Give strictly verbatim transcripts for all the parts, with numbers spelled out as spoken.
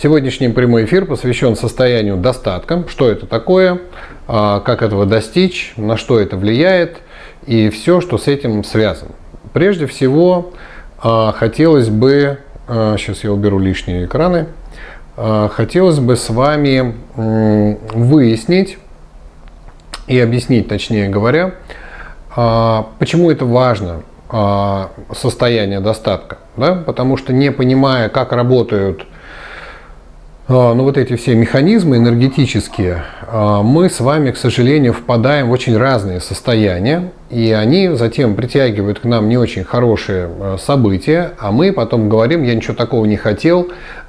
Сегодняшний прямой эфир посвящен состоянию достатка. Что это такое, как этого достичь, на что это влияет и все, что с этим связано. Прежде всего, хотелось бы, сейчас я уберу лишние экраны, хотелось бы с вами выяснить и объяснить, точнее говоря, почему это важно, состояние достатка. Да? Потому что, не понимая, как работают ну, вот эти все механизмы энергетические, мы с вами, к сожалению, впадаем в очень разные состояния, и они затем притягивают к нам не очень хорошие события, а мы потом говорим: я ничего такого не хотел,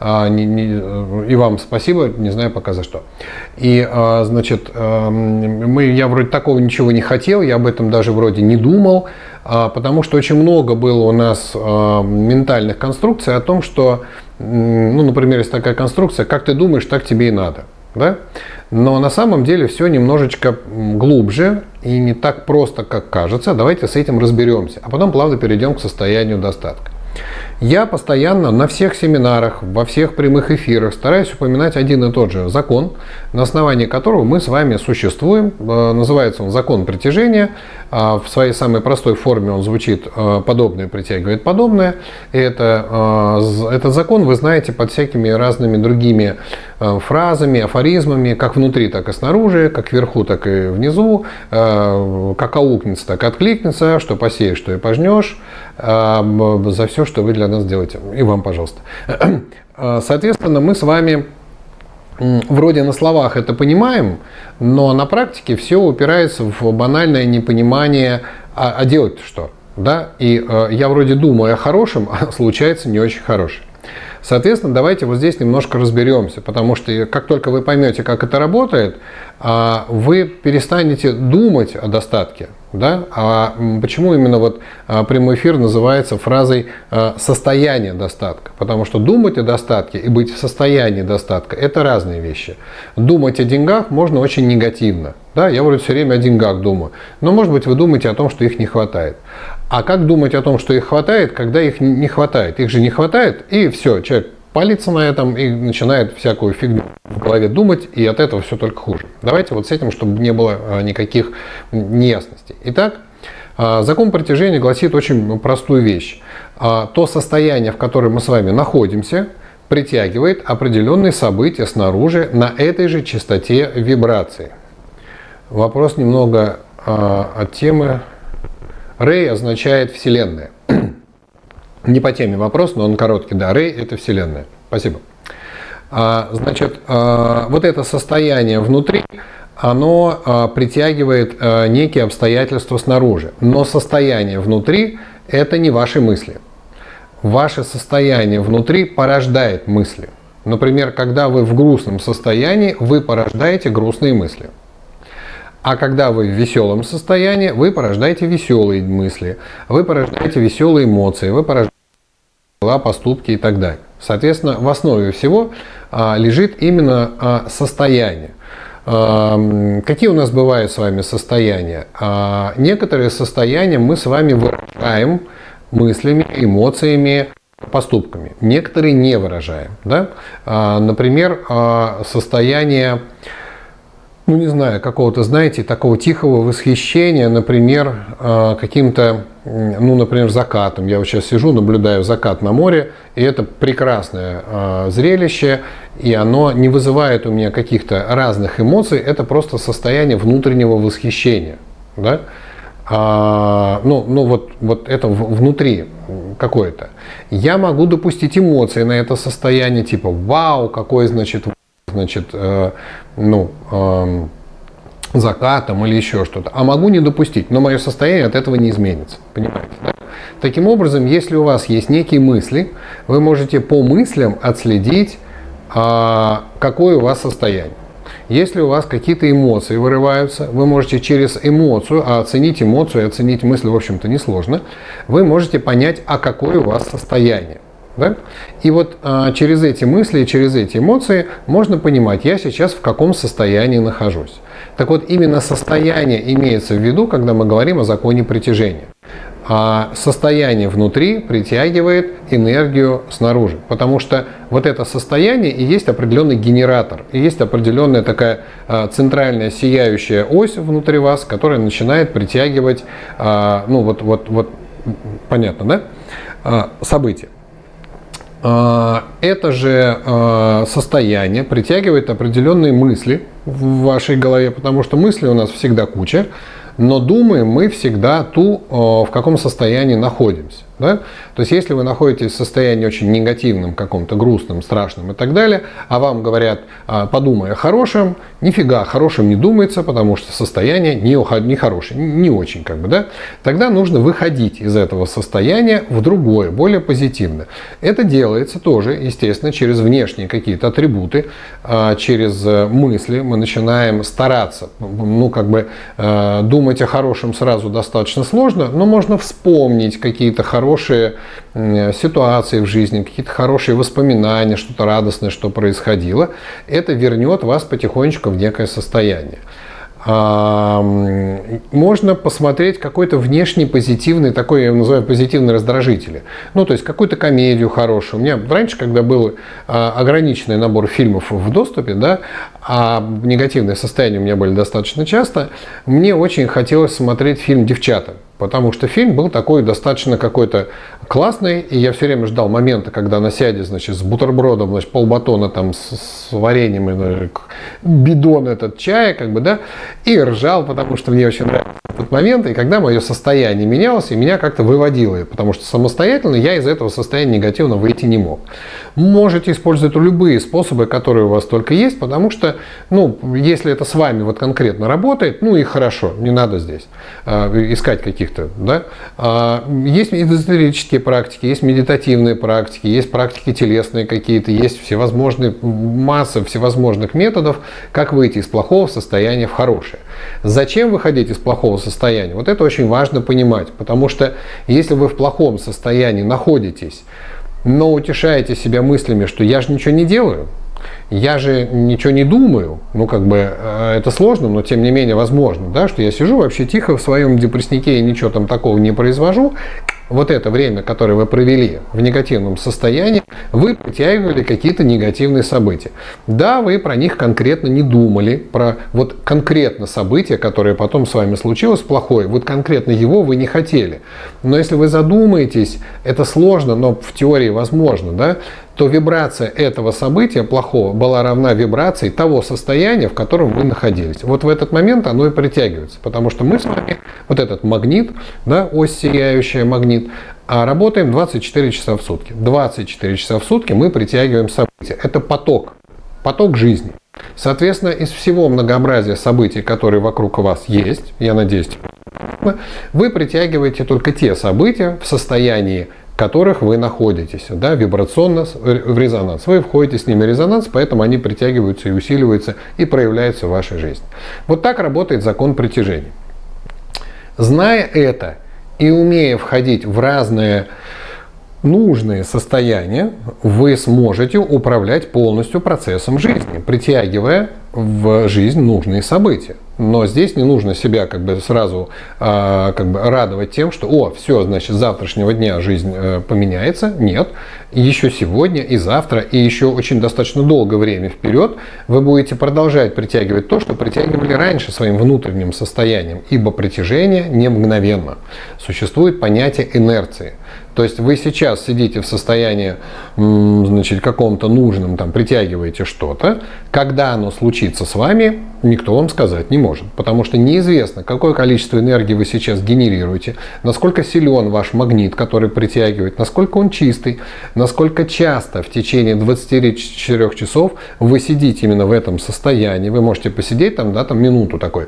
и вам спасибо, не знаю пока за что. И, значит, мы, я вроде такого ничего не хотел, я об этом даже вроде не думал, потому что очень много было у нас ментальных конструкций о том, что, ну, например, есть такая конструкция: как ты думаешь, так тебе и надо. Да? Но на самом деле все немножечко глубже и не так просто, как кажется. Давайте с этим разберемся, а потом плавно перейдем к состоянию достатка. Я постоянно на всех семинарах, во всех прямых эфирах стараюсь упоминать один и тот же закон, на основании которого мы с вами существуем. Называется он закон притяжения. В своей самой простой форме он звучит: подобное притягивает подобное. И это, этот закон вы знаете под всякими разными другими фразами, афоризмами, как внутри, так и снаружи, как вверху, так и внизу, как аукнется, так и откликнется, что посеешь, что и пожнешь, за все, что вы для нас делаете. И вам, пожалуйста. Соответственно, мы с вами вроде на словах это понимаем, но на практике все упирается в банальное непонимание, а, а делать-то что? Да? И э, я вроде думаю о хорошем, а случается не очень хорошее. Соответственно, давайте вот здесь немножко разберемся, потому что как только вы поймете, как это работает, вы перестанете думать о достатке. Да? А почему именно вот прямой эфир называется фразой «состояние достатка»? Потому что думать о достатке и быть в состоянии достатка – это разные вещи. Думать о деньгах можно очень негативно. Да? Я вроде все время о деньгах думаю, но, может быть, вы думаете о том, что их не хватает. А как думать о том, что их хватает, когда их не хватает? Их же не хватает, и все, человек палится на этом и начинает всякую фигню в голове думать, и от этого все только хуже. Давайте вот с этим, чтобы не было никаких неясностей. Итак, закон притяжения гласит очень простую вещь. То состояние, в котором мы с вами находимся, притягивает определенные события снаружи на этой же частоте вибрации. Вопрос немного от темы. Рей означает Вселенная. Не по теме вопрос, но он короткий. Да, Рей – это Вселенная. Спасибо. Значит, вот это состояние внутри, оно притягивает некие обстоятельства снаружи. Но состояние внутри – это не ваши мысли. Ваше состояние внутри порождает мысли. Например, когда вы в грустном состоянии, вы порождаете грустные мысли. А когда вы в веселом состоянии, вы порождаете веселые мысли, вы порождаете веселые эмоции, вы порождаете дела, поступки и так далее. Соответственно, в основе всего а, лежит именно а, состояние. А, какие у нас бывают с вами состояния? А, некоторые состояния мы с вами выражаем мыслями, эмоциями, поступками. Некоторые не выражаем. Да? А, например, а, состояние, ну не знаю, какого-то, знаете, такого тихого восхищения, например, каким-то, ну, например, закатом. Я вот сейчас сижу, наблюдаю закат на море, и это прекрасное зрелище, и оно не вызывает у меня каких-то разных эмоций, это просто состояние внутреннего восхищения. Да? А, ну, ну вот, вот это внутри какое-то. Я могу допустить эмоции на это состояние, типа «Вау, какой, значит, значит, э, ну, э, закатом или еще что-то». А могу не допустить, но мое состояние от этого не изменится. Понимаете? Да? Таким образом, если у вас есть некие мысли, вы можете по мыслям отследить, э, какое у вас состояние. Если у вас какие-то эмоции вырываются, вы можете через эмоцию, а оценить эмоцию и оценить мысль, в общем-то, несложно, вы можете понять, а какое у вас состояние. Да? И вот а, через эти мысли, через эти эмоции можно понимать, я сейчас в каком состоянии нахожусь. Так вот, именно состояние имеется в виду, когда мы говорим о законе притяжения. А состояние внутри притягивает энергию снаружи. Потому что вот это состояние и есть определенный генератор. И есть определенная такая центральная сияющая ось внутри вас, которая начинает притягивать, ну вот, вот, вот понятно, да? События. Это же состояние притягивает определенные мысли в вашей голове, потому что мыслей у нас всегда куча. Но думаем мы всегда ту, в каком состоянии находимся. Да? То есть, если вы находитесь в состоянии очень негативном, каком-то грустном, страшном и так далее, а вам говорят, подумай о хорошем, нифига о хорошем не думается, потому что состояние не, не хорошее, не очень, как бы, да? Тогда нужно выходить из этого состояния в другое, более позитивное. Это делается тоже, естественно, через внешние какие-то атрибуты, через мысли. Мы начинаем стараться, ну, как бы, думать о хорошем сразу достаточно сложно, но можно вспомнить какие-то хорошие хорошие ситуации в жизни, какие-то хорошие воспоминания, что-то радостное, что происходило, это вернет вас потихонечку в некое состояние. Можно посмотреть какой-то внешний позитивный, такой, я его называю, позитивный раздражитель. Ну, то есть какую-то комедию хорошую. У меня раньше, когда был ограниченный набор фильмов в доступе, да, а негативные состояния у меня были достаточно часто, мне очень хотелось смотреть фильм «Девчата». Потому что фильм был такой достаточно какой-то классный, и я все время ждал момента, когда она сядет, значит, с бутербродом, значит, полбатона там с, с вареньем, и, бидон этот чая, как бы, да, и ржал, потому что мне очень нравился этот момент, и когда мое состояние менялось, и меня как-то выводило, потому что самостоятельно я из этого состояния негативно выйти не мог. Можете использовать любые способы, которые у вас только есть, потому что, ну, если это с вами вот конкретно работает, ну и хорошо, не надо здесь э, искать каких-то. Да? Есть эзотерические практики, есть медитативные практики, есть практики телесные какие-то, есть всевозможные, масса всевозможных методов, как выйти из плохого состояния в хорошее. Зачем выходить из плохого состояния? Вот это очень важно понимать, потому что если вы в плохом состоянии находитесь, но утешаете себя мыслями, что я же ничего не делаю, я же ничего не думаю, ну как бы это сложно, но тем не менее возможно, да, что я сижу вообще тихо в своем депресснике и ничего там такого не произвожу. Вот это время, которое вы провели в негативном состоянии, вы притягивали какие-то негативные события. Да, вы про них конкретно не думали, про вот конкретно событие, которое потом с вами случилось плохое, вот конкретно его вы не хотели. Но если вы задумаетесь, это сложно, но в теории возможно, да, то вибрация этого события плохого была равна вибрации того состояния, в котором вы находились. Вот в этот момент оно и притягивается, потому что мы с вами, вот этот магнит, да, ось сияющая магнит, а работаем двадцать четыре часа в сутки. двадцать четыре часа в сутки мы притягиваем события. Это поток, поток жизни. Соответственно, из всего многообразия событий, которые вокруг вас есть, я надеюсь, вы притягиваете только те события в состоянии, в которых вы находитесь, да, вибрационно в резонанс. Вы входите с ними в резонанс, поэтому они притягиваются и усиливаются и проявляются в вашей жизни. Вот так работает закон притяжения. Зная это и умея входить в разные нужные состояния, вы сможете управлять полностью процессом жизни, притягивая в жизнь нужные события. Но здесь не нужно себя как бы сразу э, как бы радовать тем, что о, все, значит, с завтрашнего дня жизнь э, поменяется. Нет. Еще сегодня и завтра, и еще очень достаточно долгое время вперед вы будете продолжать притягивать то, что притягивали раньше своим внутренним состоянием. Ибо притяжение не мгновенно. Существует понятие инерции. То есть вы сейчас сидите в состоянии, значит, каком-то нужном, там, притягиваете что-то. Когда оно случится с вами, никто вам сказать не может. Потому что неизвестно, какое количество энергии вы сейчас генерируете, насколько силен ваш магнит, который притягивает, насколько он чистый, насколько часто в течение двадцати четырёх часов вы сидите именно в этом состоянии. Вы можете посидеть там, да, там минуту такой.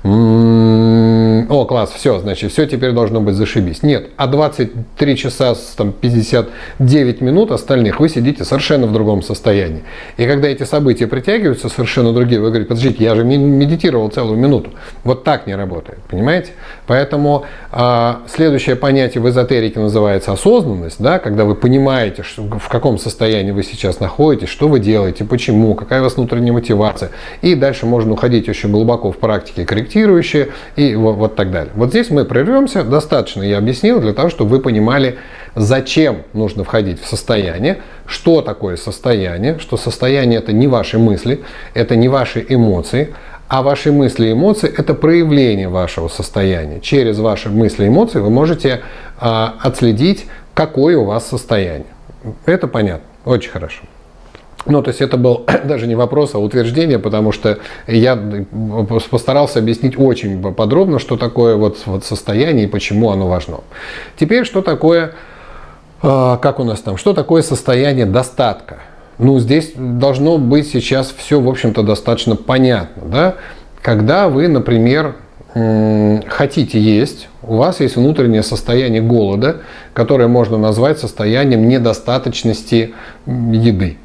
О, класс, все, значит, все теперь должно быть зашибись. Нет, а двадцать три часа там, пятьдесят девять минут остальных вы сидите совершенно в другом состоянии. И когда эти события притягиваются совершенно другие, вы говорите, подождите, я же уже медитировал целую минуту. Вот так не работает, понимаете? Поэтому э, следующее понятие в эзотерике называется осознанность, да, когда вы понимаете, что, в каком состоянии вы сейчас находитесь, что вы делаете, почему, какая у вас внутренняя мотивация. И дальше можно уходить очень глубоко в практике корректирующие и вот, вот так далее. Вот здесь мы прервемся, достаточно я объяснил для того, чтобы вы понимали, зачем нужно входить в состояние, что такое состояние, что состояние это не ваши мысли, это не ваши эмоции, а ваши мысли и эмоции это проявление вашего состояния. Через ваши мысли и эмоции вы можете а, отследить, какое у вас состояние. Это понятно, очень хорошо. Ну, то есть это был даже не вопрос, а утверждение, потому что я постарался объяснить очень подробно, что такое вот, вот состояние и почему оно важно. Теперь, что такое, э, как у нас там, что такое состояние достатка? Ну, здесь должно быть сейчас все, в общем-то, достаточно понятно, да? Когда вы, например, э, хотите есть, у вас есть внутреннее состояние голода, которое можно назвать состоянием недостаточности еды.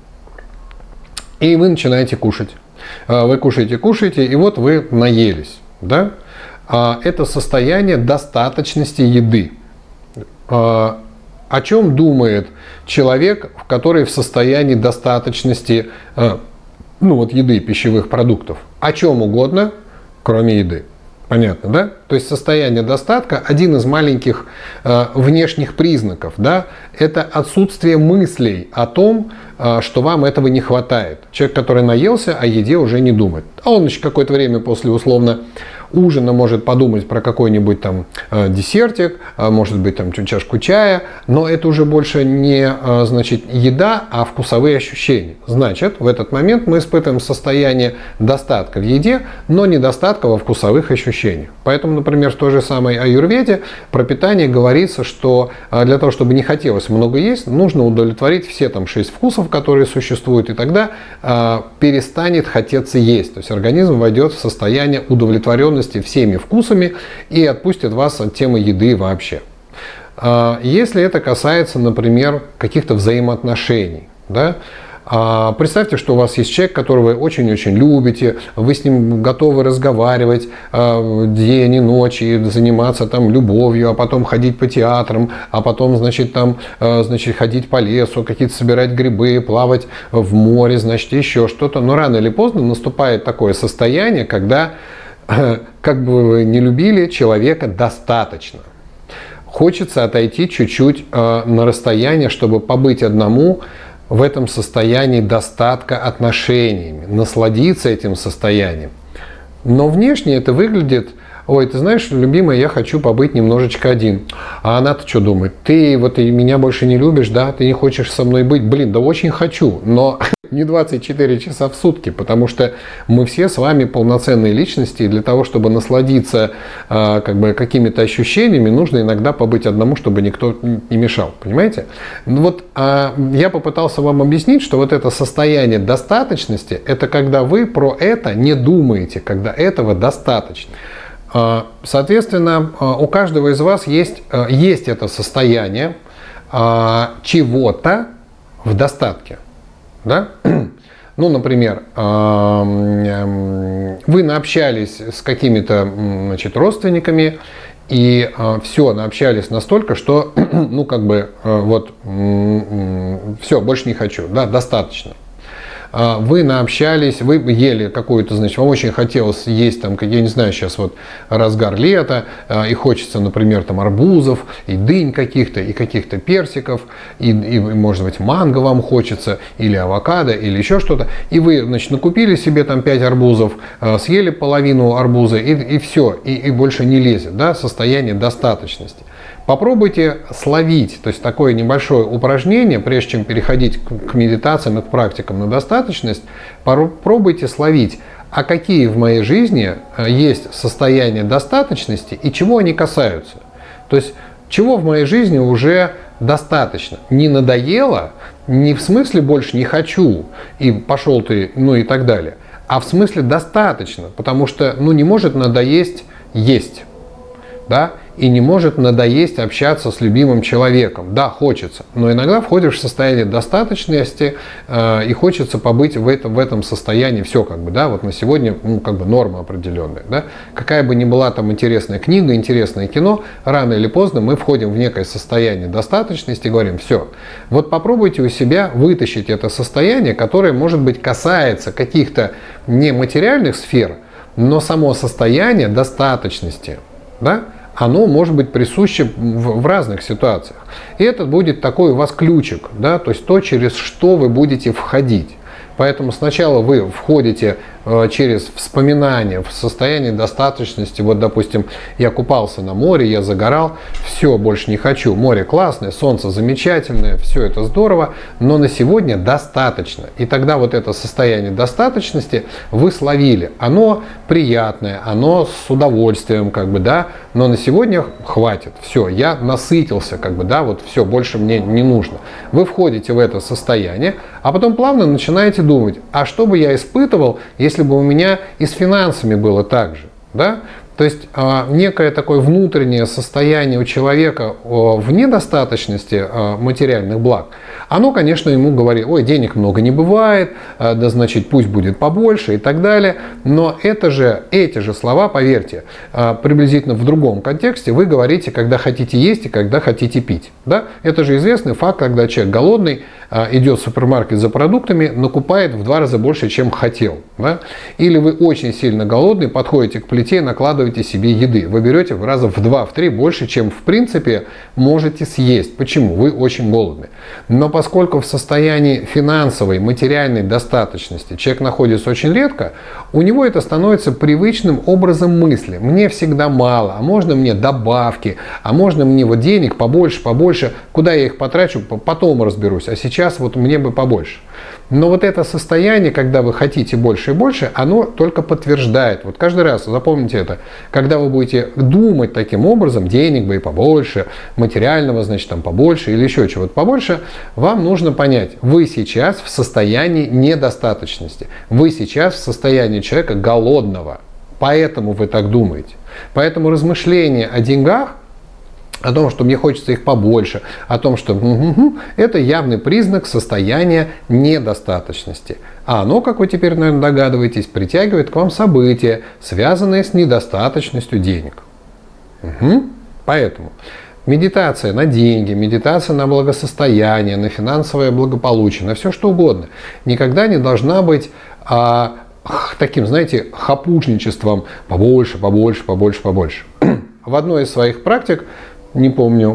И вы начинаете кушать. Вы кушаете, кушаете, и вот вы наелись. Да? Это состояние достаточности еды. О чем думает человек, который в состоянии достаточности ну, вот еды, пищевых продуктов? О чем угодно, кроме еды. Понятно, да? То есть состояние достатка, один из маленьких э, внешних признаков, да, это отсутствие мыслей о том, э, что вам этого не хватает. Человек, который наелся, о еде уже не думает. А он еще какое-то время после условно ужина может подумать про какой-нибудь там э, десертик, э, может быть там чашку чая, но это уже больше не э, значит еда, а вкусовые ощущения. Значит, в этот момент мы испытываем состояние достатка в еде, но недостатка во вкусовых ощущениях. Поэтому, например, в той же самой аюрведе про питание говорится, что э, для того, чтобы не хотелось много есть, нужно удовлетворить все там шесть вкусов, которые существуют, и тогда э, перестанет хотеться есть. То есть организм войдет в состояние удовлетворенности всеми вкусами и отпустит вас от темы еды вообще. Если это касается, например, каких-то взаимоотношений, да, представьте, что у вас есть человек, которого вы очень-очень любите, вы с ним готовы разговаривать день и ночь и заниматься там любовью, а потом ходить по театрам, а потом, значит, там, значит, ходить по лесу, какие-то собирать грибы, плавать в море, значит, еще что-то. Но рано или поздно наступает такое состояние, когда, как бы вы ни любили человека, достаточно. Хочется отойти чуть-чуть на расстояние, чтобы побыть одному, в этом состоянии достатка отношениями, насладиться этим состоянием. Но внешне это выглядит: ой, ты знаешь, любимая, я хочу побыть немножечко один. А она-то что думает? Ты вот и меня больше не любишь, да? Ты не хочешь со мной быть? Блин, да очень хочу, но не двадцать четыре часа в сутки, потому что мы все с вами полноценные личности, и для того, чтобы насладиться э, как бы какими-то ощущениями, нужно иногда побыть одному, чтобы никто не мешал, понимаете? Ну вот э, я попытался вам объяснить, что вот это состояние достаточности, это когда вы про это не думаете, когда этого достаточно. Соответственно, у каждого из вас есть, есть это состояние чего-то в достатке. Да? Ну, например, вы наобщались с какими-то, значит, родственниками, и все, наобщались настолько, что, ну, как бы, вот, все, больше не хочу, да, достаточно. Вы наобщались, вы ели какую-то, значит, вам очень хотелось есть, там, я не знаю, сейчас вот разгар лета, и хочется, например, там арбузов, и дынь каких-то, и каких-то персиков, и, и, может быть, манго вам хочется, или авокадо, или еще что-то, и вы, значит, накупили себе там пять арбузов, съели половину арбуза, и, и все, и, и больше не лезет, да, состояние достаточности. Попробуйте словить, то есть такое небольшое упражнение, прежде чем переходить к медитациям и к практикам на достаточность, попробуйте словить, а какие в моей жизни есть состояния достаточности и чего они касаются. То есть, чего в моей жизни уже достаточно. Не надоело, не в смысле больше не хочу, и пошел ты, ну и так далее, а в смысле достаточно, потому что, ну, не может надоесть есть, да? и не может надоесть общаться с любимым человеком. Да, хочется, но иногда входишь в состояние достаточности э, и хочется побыть в этом, в этом состоянии. Все как бы, да, вот на сегодня, ну, как бы норма определенная, да. Какая бы ни была там интересная книга, интересное кино, рано или поздно мы входим в некое состояние достаточности и говорим, все, вот попробуйте у себя вытащить это состояние, которое, может быть, касается каких-то нематериальных сфер, но само состояние достаточности, да, оно может быть присуще в, в разных ситуациях. И это будет такой у вас ключик, да, то есть то, через что вы будете входить. Поэтому сначала вы входите э, через вспоминание в состояние достаточности. Вот, допустим, я купался на море, я загорал, все, больше не хочу. Море классное, солнце замечательное, все это здорово, но на сегодня достаточно. И тогда вот это состояние достаточности вы словили. Оно приятное, оно с удовольствием, как бы, да, но на сегодня хватит. Все, я насытился, как бы, да, вот все, больше мне не нужно. Вы входите в это состояние, а потом плавно начинаете думать, а что бы я испытывал, если бы у меня и с финансами было так же, да? То есть э, некое такое внутреннее состояние у человека э, в недостаточности э, материальных благ, оно, конечно, ему говорит, ой, денег много не бывает, э, да значит пусть будет побольше и так далее. Но это же, эти же слова, поверьте, э, приблизительно в другом контексте вы говорите, когда хотите есть и когда хотите пить. Да? Это же известный факт, когда человек голодный э, идет в супермаркет за продуктами, накупает в два раза больше, чем хотел. Да? Или вы очень сильно голодный, подходите к плите и накладываете себе еды. Вы берете в раза в два, в три больше, чем в принципе можете съесть. Почему? Вы очень голодны. Но поскольку в состоянии финансовой, материальной достаточности человек находится очень редко, у него это становится привычным образом мысли. Мне всегда мало, а можно мне добавки, а можно мне вот денег побольше, побольше. Куда я их потрачу, потом разберусь. А сейчас вот мне бы побольше. Но вот это состояние, когда вы хотите больше и больше, оно только подтверждает. Вот каждый раз, запомните это, когда вы будете думать таким образом, денег бы и побольше, материального, значит, там побольше или еще чего-то побольше, вам нужно понять, вы сейчас в состоянии недостаточности. Вы сейчас в состоянии человека голодного. Поэтому вы так думаете. Поэтому размышления о деньгах, о том, что мне хочется их побольше, о том, что угу, это явный признак состояния недостаточности. А оно, как вы теперь, наверное, догадываетесь, притягивает к вам события, связанные с недостаточностью денег. Угу. Поэтому медитация на деньги, медитация на благосостояние, на финансовое благополучие, на все что угодно, никогда не должна быть а, таким, знаете, хапушничеством побольше, побольше, побольше, побольше. В одной из своих практик, не помню,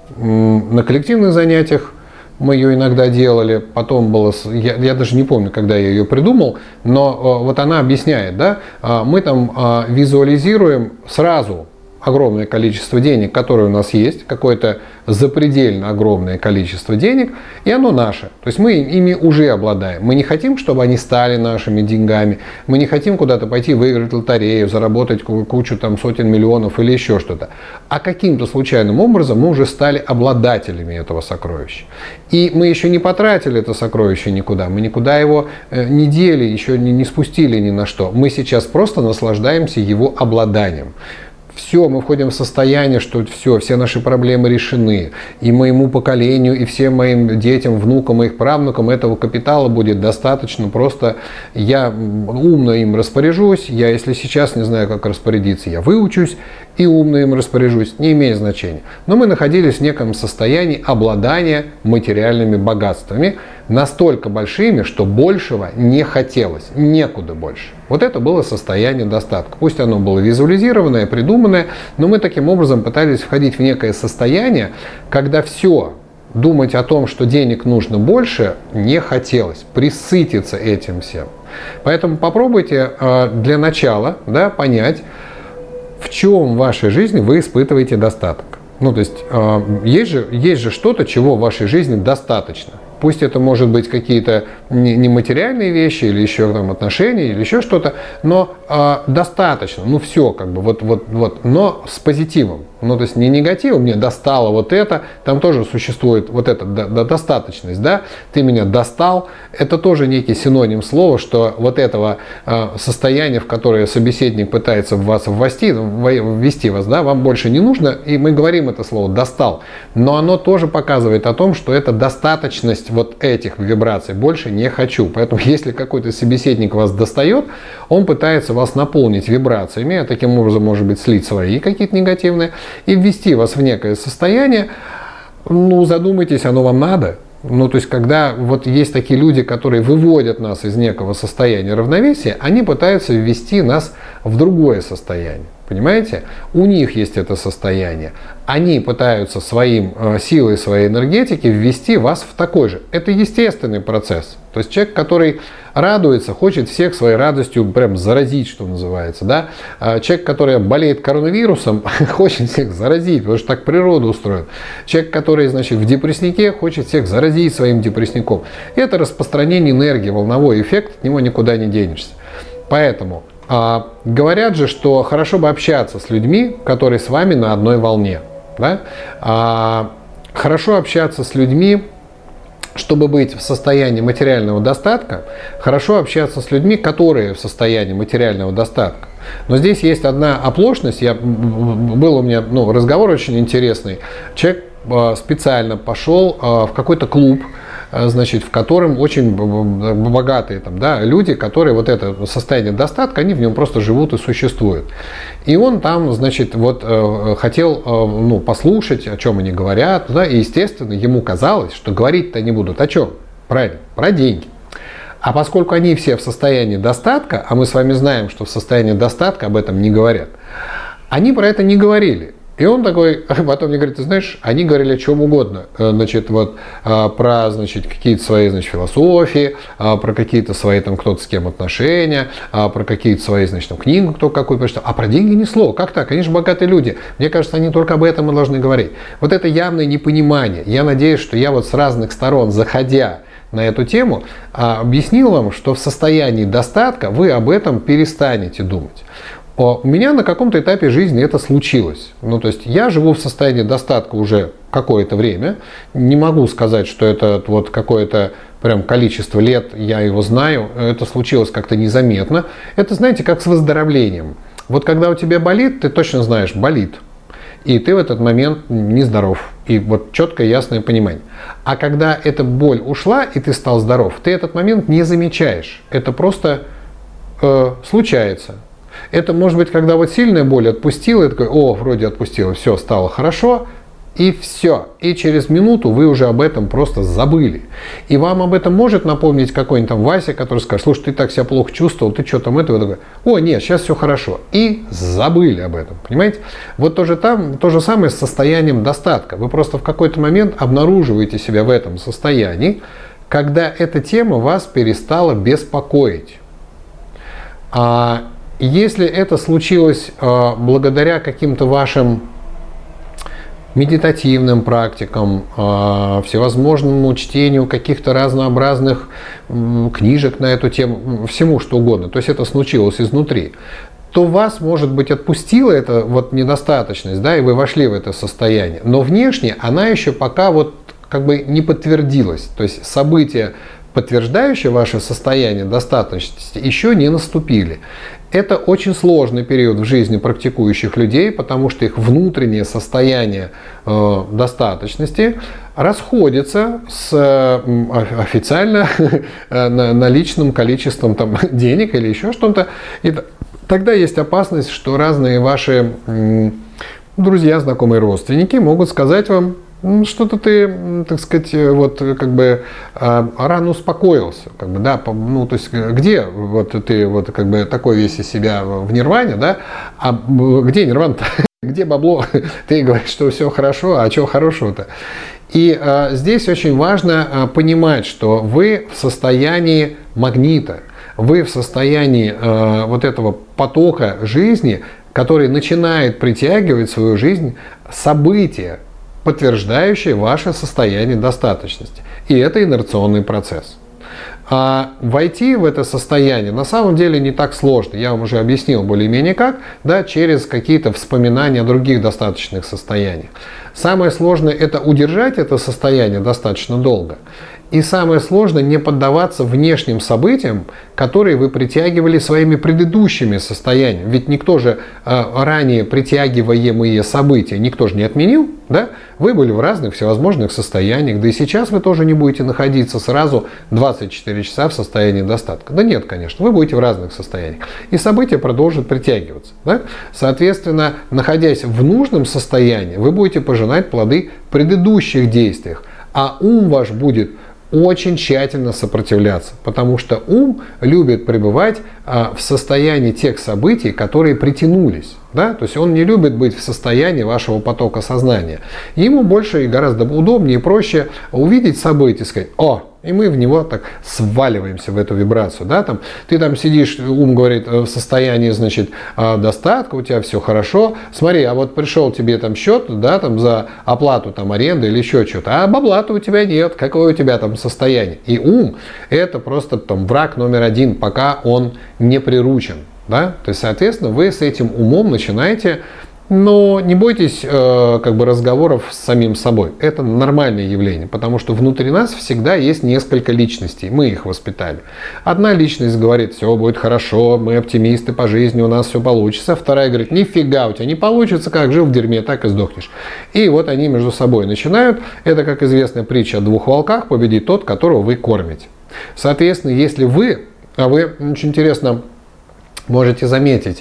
на коллективных занятиях мы ее иногда делали, потом было, я, я даже не помню, когда я ее придумал, но вот она объясняет, да, мы там визуализируем сразу огромное количество денег, которое у нас есть, какое-то запредельно огромное количество денег, и оно наше. То есть мы ими уже обладаем. Мы не хотим, чтобы они стали нашими деньгами, мы не хотим куда-то пойти выиграть лотерею, заработать кучу там сотен миллионов или еще что-то. А каким-то случайным образом мы уже стали обладателями этого сокровища. И мы еще не потратили это сокровище никуда, мы никуда его не дели, еще не, не спустили ни на что. Мы сейчас просто наслаждаемся его обладанием. Все, мы входим в состояние, что все, все наши проблемы решены. И моему поколению, и всем моим детям, внукам, и их правнукам этого капитала будет достаточно. Просто я умно им распоряжусь. Я, если сейчас не знаю, как распорядиться, я выучусь и умно им распоряжусь. Не имеет значения. Но мы находились в неком состоянии обладания материальными богатствами, настолько большими, что большего не хотелось, некуда больше. Вот это было состояние достатка. Пусть оно было визуализированное, придуманное, но мы таким образом пытались входить в некое состояние, когда все, думать о том, что денег нужно больше, не хотелось, присытиться этим всем. Поэтому попробуйте для начала, да, понять, в чем в вашей жизни вы испытываете достаток. Ну, то есть, есть же, есть же что-то, чего в вашей жизни достаточно. Пусть это может быть какие-то нематериальные вещи, или еще там отношения, или еще что-то, но э, достаточно, ну все, как бы, вот, вот, вот, но с позитивом. Ну, то есть не негатив, мне достало вот это, там тоже существует вот эта достаточность, да, ты меня достал, это тоже некий синоним слова, что вот этого э, состояния, в которое собеседник пытается в вас ввести, ввести вас, да, вам больше не нужно, и мы говорим это слово «достал», но оно тоже показывает о том, что это достаточность вот этих вибраций, больше не хочу. Поэтому если какой-то собеседник вас достает, он пытается вас наполнить вибрациями, а таким образом, может быть, слить свои какие-то негативные, и ввести вас в некое состояние. Ну, задумайтесь, оно вам надо? Ну, то есть, когда вот есть такие люди, которые выводят нас из некого состояния равновесия, они пытаются ввести нас в другое состояние. Понимаете? У них есть это состояние. Они пытаются своим э, силой своей энергетики ввести вас в такой же. Это естественный процесс. То есть человек, который радуется, хочет всех своей радостью прям заразить, что называется. Да? А человек, который болеет коронавирусом, хочет всех заразить, потому что так природа устроена. Человек, который, значит, в депресснике, хочет всех заразить своим депрессником. Это распространение энергии, волновой эффект, от него никуда не денешься. Поэтому а, говорят же, что хорошо бы общаться с людьми, которые с вами на одной волне. Да? А, хорошо общаться с людьми, чтобы быть в состоянии материального достатка, хорошо общаться с людьми, которые в состоянии материального достатка. Но здесь есть одна оплошность. Я, был у меня ну, разговор очень интересный. Человек специально пошел в какой-то клуб, значит, в котором очень богатые там, да, люди, которые вот это состояние достатка, они в нем просто живут и существуют. И он там, значит, вот хотел ну, послушать, о чем они говорят, да, и, естественно, ему казалось, что говорить-то они будут о чем? Правильно, про деньги. А поскольку они все в состоянии достатка, а мы с вами знаем, что в состоянии достатка об этом не говорят, они про это не говорили. И он такой, потом мне говорит, ты знаешь, они говорили о чем угодно, значит, вот, про, значит, какие-то свои, значит, философии, про какие-то свои, там, кто-то с кем отношения, про какие-то свои, значит, там, книгу кто какую прочитал, а про деньги ни слова. Как так? Они же богатые люди. Мне кажется, они только об этом и должны говорить. Вот это явное непонимание. Я надеюсь, что я вот с разных сторон, заходя на эту тему, объяснил вам, что в состоянии достатка вы об этом перестанете думать. У меня на каком-то этапе жизни это случилось. Ну, то есть я живу в состоянии достатка уже какое-то время. Не могу сказать, что это вот какое-то прям количество лет, я его знаю. Это случилось как-то незаметно. Это, знаете, как с выздоровлением. Вот когда у тебя болит, ты точно знаешь, болит. И ты в этот момент нездоров. И вот четкое, ясное понимание. А когда эта боль ушла, и ты стал здоров, ты этот момент не замечаешь. Это просто э, случается. Это может быть, когда вот сильная боль отпустила, и такой, о, вроде отпустила, все, стало хорошо, и все. И через минуту вы уже об этом просто забыли. И вам об этом может напомнить какой-нибудь там Вася, который скажет, слушай, ты так себя плохо чувствовал, ты что там этого? Такой, о, нет, сейчас все хорошо. И забыли об этом, понимаете? Вот то же, там, то же самое с состоянием достатка. Вы просто в какой-то момент обнаруживаете себя в этом состоянии, когда эта тема вас перестала беспокоить. А если это случилось э, благодаря каким-то вашим медитативным практикам, э, всевозможному чтению каких-то разнообразных э, книжек на эту тему, всему что угодно, то есть это случилось изнутри, то вас, может быть, отпустила эта вот недостаточность, да, и вы вошли в это состояние. Но внешне она еще пока вот как бы не подтвердилась. То есть события, подтверждающие ваше состояние достаточности, еще не наступили. Это очень сложный период в жизни практикующих людей, потому что их внутреннее состояние э, достаточности расходится с э, официально наличным количеством там, денег или еще что-то. И тогда есть опасность, что разные ваши э, друзья, знакомые, родственники могут сказать вам, что-то ты, так сказать, вот как бы рано успокоился, как бы, да, ну, то есть где вот ты вот как бы такой весь из себя в нирване, да, а где нирвана-то, где бабло, ты говоришь, что все хорошо, а чего хорошего-то? И а, здесь очень важно а, понимать, что вы в состоянии магнита, вы в состоянии а, вот этого потока жизни, который начинает притягивать в свою жизнь события, подтверждающие ваше состояние достаточности. И это инерционный процесс. А войти в это состояние на самом деле не так сложно. Я вам уже объяснил более-менее как, да, через какие-то вспоминания о других достаточных состояниях. Самое сложное – это удержать это состояние достаточно долго. И самое сложное – не поддаваться внешним событиям, которые вы притягивали своими предыдущими состояниями. Ведь никто же э, ранее притягиваемые события, никто же не отменил, да? Вы были в разных всевозможных состояниях, да и сейчас вы тоже не будете находиться сразу двадцать четыре часа в состоянии достатка. Да нет, конечно, вы будете в разных состояниях. И события продолжат притягиваться. Да? Соответственно, находясь в нужном состоянии, вы будете пожинать плоды предыдущих действий, а ум ваш будет очень тщательно сопротивляться, потому что ум любит пребывать а, в состоянии тех событий, которые притянулись. Да? То есть он не любит быть в состоянии вашего потока сознания. Ему больше и гораздо удобнее и проще увидеть событие и сказать: «О!» И мы в него так сваливаемся, в эту вибрацию. Да? Там, ты там сидишь, ум говорит, в состоянии, значит, достатка, у тебя все хорошо. Смотри, а вот пришел тебе там счет, да, там, за оплату там, аренды или еще что-то, а бабла-то у тебя нет. Какое у тебя там состояние? И ум – это просто там, враг номер один, пока он не приручен. Да? То есть, соответственно, вы с этим умом начинаете. Но не бойтесь э, как бы разговоров с самим собой. Это нормальное явление, потому что внутри нас всегда есть несколько личностей. Мы их воспитали. Одна личность говорит: все будет хорошо, мы оптимисты по жизни, у нас все получится. Вторая говорит: нифига у тебя не получится, как жил в дерьме, так и сдохнешь. И вот они между собой начинают. Это, как известная притча о двух волках: победит тот, которого вы кормите. Соответственно, если вы, а вы, очень интересно, можете заметить,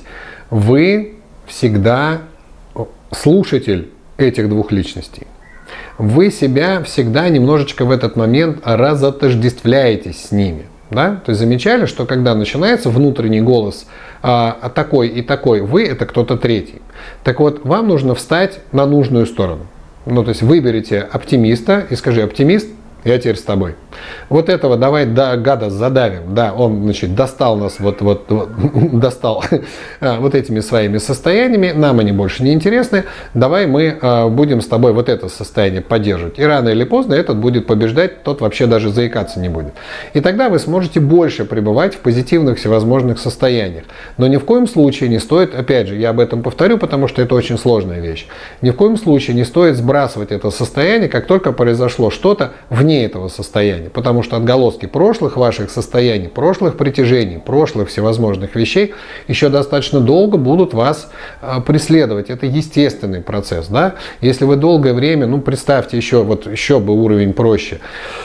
вы всегда слушатель этих двух личностей. Вы себя всегда немножечко в этот момент разотождествляетесь с ними. Да? То есть замечали, что когда начинается внутренний голос а, такой и такой, вы — это кто-то третий. Так вот, вам нужно встать на нужную сторону. Ну, то есть выберите оптимиста и скажи: оптимист, я теперь с тобой. Вот этого давай, да, гада задавим. Да, он, значит, достал нас, вот, вот, вот достал вот этими своими состояниями. Нам они больше не интересны. Давай мы а, будем с тобой вот это состояние поддерживать. И рано или поздно этот будет побеждать, тот вообще даже заикаться не будет. И тогда вы сможете больше пребывать в позитивных всевозможных состояниях. Но ни в коем случае не стоит, опять же, я об этом повторю, потому что это очень сложная вещь. Ни в коем случае не стоит сбрасывать это состояние, как только произошло что-то вне этого состояния, потому что отголоски прошлых ваших состояний, прошлых притяжений, прошлых всевозможных вещей еще достаточно долго будут вас э, преследовать. Это естественный процесс, да? Если вы долгое время, ну представьте еще, вот еще бы уровень проще,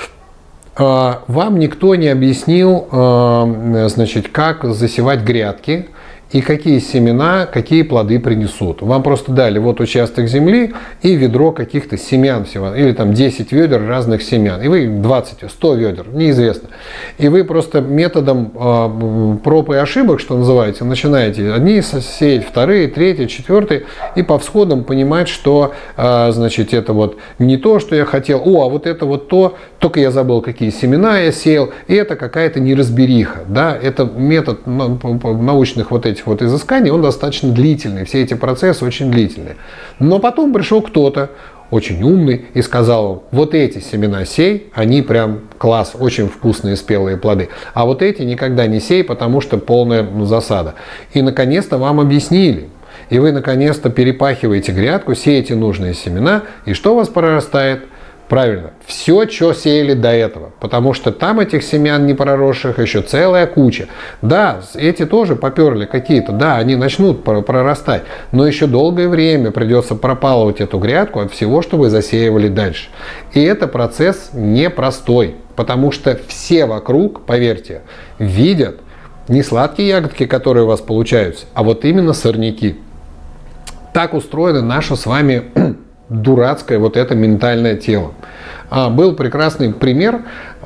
э, вам никто не объяснил, э, значит, как засевать грядки, и какие семена, какие плоды принесут. Вам просто дали вот участок земли и ведро каких-то семян всего, или там десять ведер разных семян, и вы двадцать, сто ведер, неизвестно. И вы просто методом э, проб и ошибок, что называется, начинаете одни сеять, вторые, третьи, четвертые, и по всходам понимать, что э, значит, это вот не то, что я хотел, о, а вот это вот то, только я забыл, какие семена я сеял, и это какая-то неразбериха. Да? Это метод научных вот этих вот изысканий, он достаточно длительный, все эти процессы очень длительные. Но потом пришел кто-то очень умный и сказал: вот эти семена сей, они прям класс, очень вкусные спелые плоды, а вот эти никогда не сей, потому что полная засада. И наконец-то вам объяснили. И вы наконец-то перепахиваете грядку, сеете нужные семена, и что у вас прорастает? Правильно, все, что сеяли до этого, потому что там этих семян не проросших еще целая куча. Да, эти тоже поперли какие-то, да, они начнут прорастать, но еще долгое время придется пропалывать эту грядку от всего, что вы засеивали дальше. И это процесс непростой, потому что все вокруг, поверьте, видят не сладкие ягодки, которые у вас получаются, а вот именно сорняки. Так устроено наше с вами дурацкое вот это ментальное тело. А, был прекрасный пример,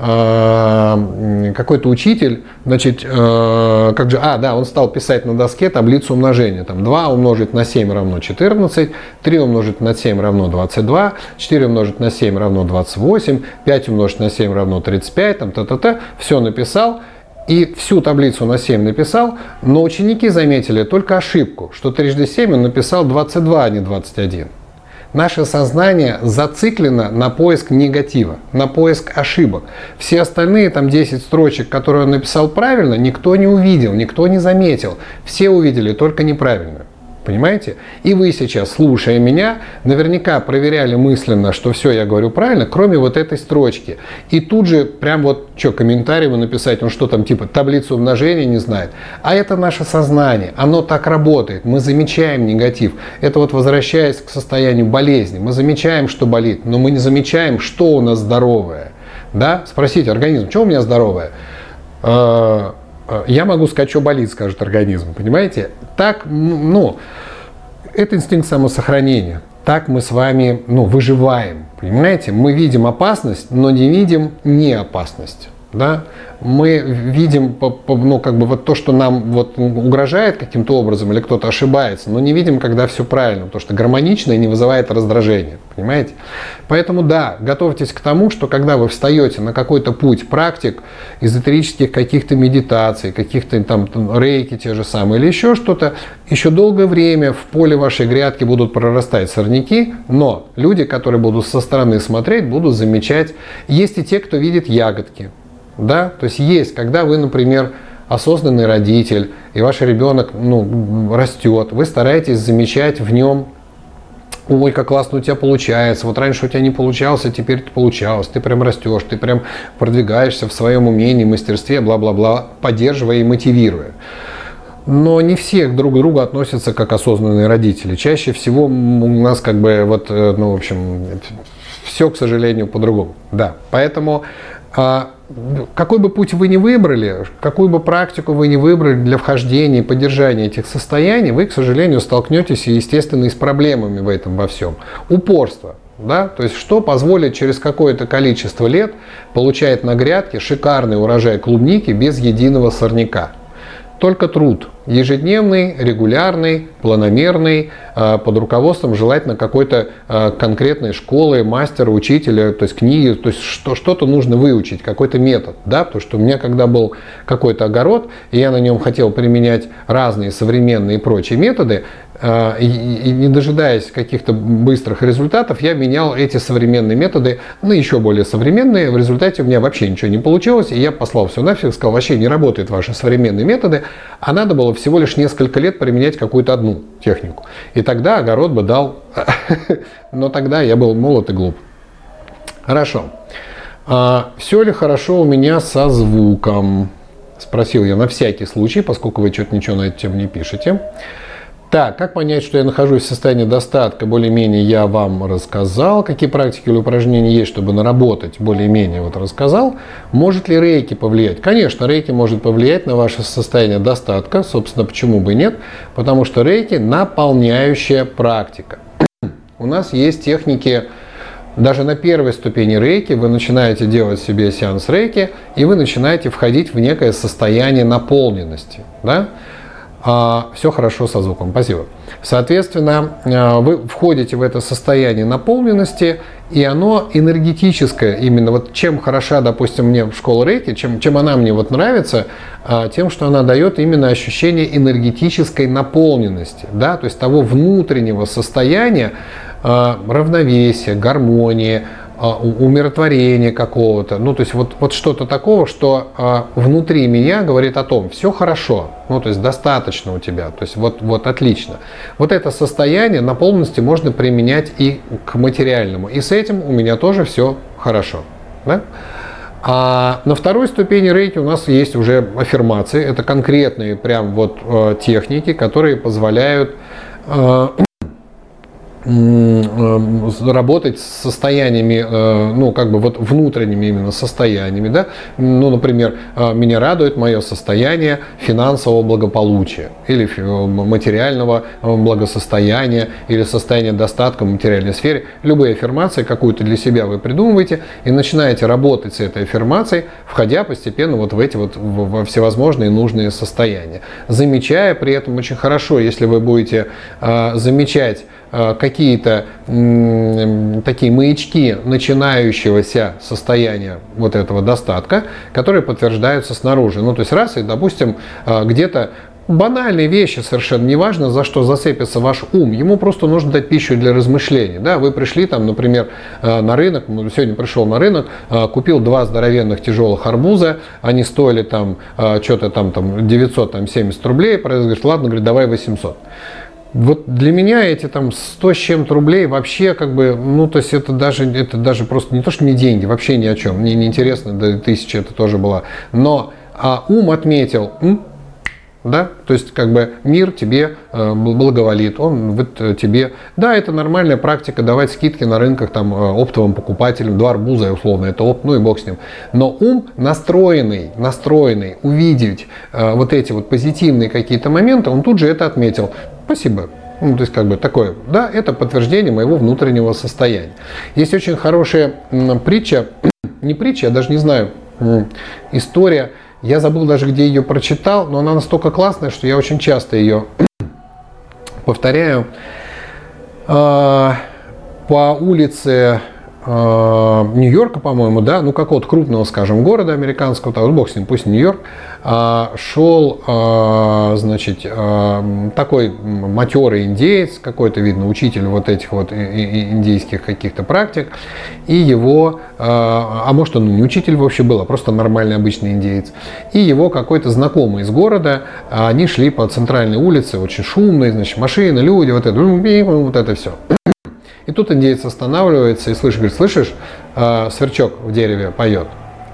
а, какой-то учитель, значит, а, как же, а, да, он стал писать на доске таблицу умножения. Там два умножить на семь равно четырнадцать, три умножить на семь равно двадцать два, четыре умножить на семь равно двадцать восемь, пять умножить на семь равно тридцать пять, там, та-та-та, все написал. И всю таблицу на семь написал, но ученики заметили только ошибку, что трижды семь он написал двадцать два, а не двадцать один. Наше сознание зациклено на поиск негатива, на поиск ошибок. Все остальные там десять строчек, которые он написал правильно, никто не увидел, никто не заметил. Все увидели только неправильно. Понимаете? И вы сейчас, слушая меня, наверняка проверяли мысленно, что все я говорю правильно, кроме вот этой строчки. И тут же прям вот, что, комментарий ему написать, он что там, типа, таблицу умножения не знает. А это наше сознание, оно так работает, мы замечаем негатив. Это вот возвращаясь к состоянию болезни, мы замечаем, что болит, но мы не замечаем, что у нас здоровое. Да? Спросите, организм, что у меня здоровое? Я могу сказать, что болит, скажет организм, понимаете? Так, ну, это инстинкт самосохранения. Так мы с вами, ну, выживаем, понимаете? Мы видим опасность, но не видим неопасность. Да? Мы видим, ну, как бы вот то, что нам вот угрожает каким-то образом, или кто-то ошибается, но не видим, когда все правильно, потому что гармонично и не вызывает раздражения, понимаете? Поэтому да, готовьтесь к тому, что когда вы встаете на какой-то путь практик, эзотерических каких-то медитаций, каких-то там рейки те же самые, или еще что-то, еще долгое время в поле вашей грядки будут прорастать сорняки, но люди, которые будут со стороны смотреть, будут замечать. Есть и те, кто видит ягодки. Да? То есть есть, когда вы, например, осознанный родитель, и ваш ребенок, ну, растет, вы стараетесь замечать в нем: ой, как классно у тебя получается, вот раньше у тебя не получалось, а теперь это получалось, ты прям растешь, ты прям продвигаешься в своем умении, мастерстве, бла-бла-бла, поддерживая и мотивируя. Но не все друг к другу относятся как осознанные родители. Чаще всего у нас как бы вот, ну, в общем, все, к сожалению, по-другому. Да, поэтому какой бы путь вы ни выбрали, какую бы практику вы ни выбрали для вхождения и поддержания этих состояний, вы, к сожалению, столкнетесь, естественно, и с проблемами в этом во всем. Упорство. Да? То есть, что позволит через какое-то количество лет получать на грядке шикарный урожай клубники без единого сорняка. Только труд. Ежедневный, регулярный, планомерный, под руководством желательно какой-то конкретной школы, мастера, учителя, то есть книги, то есть что-то нужно выучить, какой-то метод. Да? Потому что у меня когда был какой-то огород, и я на нем хотел применять разные современные и прочие методы, и не дожидаясь каких-то быстрых результатов, я менял эти современные методы на еще более современные. В результате у меня вообще ничего не получилось, и я послал все нафиг, сказал: вообще не работают ваши современные методы, а надо было всего лишь несколько лет применять какую-то одну технику. И тогда огород бы дал, но тогда я был молод и глуп. Хорошо. Все ли хорошо у меня со звуком? Спросил я на всякий случай, поскольку вы что-то ничего на эту тему не пишете. Так, как понять, что я нахожусь в состоянии достатка? Более-менее я вам рассказал. Какие практики или упражнения есть, чтобы наработать? Более-менее вот рассказал. Может ли рейки повлиять? Конечно, рейки может повлиять на ваше состояние достатка. Собственно, почему бы и нет? Потому что рейки – наполняющая практика. У нас есть техники, даже на первой ступени рейки вы начинаете делать себе сеанс рейки, и вы начинаете входить в некое состояние наполненности. Да? Все хорошо со звуком, спасибо. Соответственно, вы входите в это состояние наполненности, и оно энергетическое. Именно вот чем хороша, допустим, мне школа рейки, чем, чем она мне вот нравится, тем, что она дает именно ощущение энергетической наполненности, да? То есть того внутреннего состояния, равновесия, гармонии, умиротворения какого-то, ну то есть вот, вот что-то такого, что а, внутри меня говорит о том: все хорошо, ну то есть достаточно у тебя, то есть вот, вот отлично. Вот это состояние наполненности можно применять и к материальному, и с этим у меня тоже все хорошо. Да? А на второй ступени рейки у нас есть уже аффирмации, это конкретные прям вот э, техники, которые позволяют э, работать с состояниями, ну, как бы вот внутренними именно состояниями, да, ну, например, меня радует мое состояние финансового благополучия или материального благосостояния или состояние достатка в материальной сфере. Любые аффирмации какую-то для себя вы придумываете и начинаете работать с этой аффирмацией, входя постепенно вот в эти вот во всевозможные нужные состояния, замечая при этом очень хорошо, если вы будете замечать какие-то такие маячки начинающегося состояния вот этого достатка, которые подтверждаются снаружи. Ну, то есть раз, и, допустим, где-то банальные вещи совершенно, неважно, за что зацепится ваш ум, ему просто нужно дать пищу для размышлений. Да, вы пришли там, например, на рынок, сегодня пришел на рынок, купил два здоровенных тяжелых арбуза, они стоили там что-то там, там девятьсот семьдесят рублей, продавец говорит, ладно, говорит, давай восемьсот. Вот для меня эти там сто с чем-то рублей вообще как бы, ну то есть это даже, это даже просто не то, что не деньги, вообще ни о чем, мне не интересно, да тысяча это тоже была, но а ум отметил, да, то есть как бы мир тебе э, благоволит, он вот, тебе, да, это нормальная практика давать скидки на рынках там оптовым покупателям, два арбуза условно, это опт, ну и бог с ним. Но ум настроенный, настроенный увидеть э, вот эти вот позитивные какие-то моменты, он тут же это отметил. Спасибо. Ну, то есть как бы такое, да, это подтверждение моего внутреннего состояния. Есть очень хорошая м, притча, не притча, я даже не знаю, м, история. Я забыл даже, где ее прочитал, но она настолько классная, что я очень часто ее повторяю. По улице Нью-Йорка, по-моему, да, ну какого-то крупного, скажем, города американского, там, бог с ним, пусть Нью-Йорк, шел, значит, такой матерый индеец, какой-то, видно, учитель вот этих вот индейских каких-то практик, и его, а может он не учитель вообще был, а просто нормальный обычный индеец, и его какой-то знакомый из города, они шли по центральной улице, очень шумные, значит, машины, люди, вот это, вот это все. И тут индеец останавливается и слышит, говорит, слышишь, э, сверчок в дереве поет.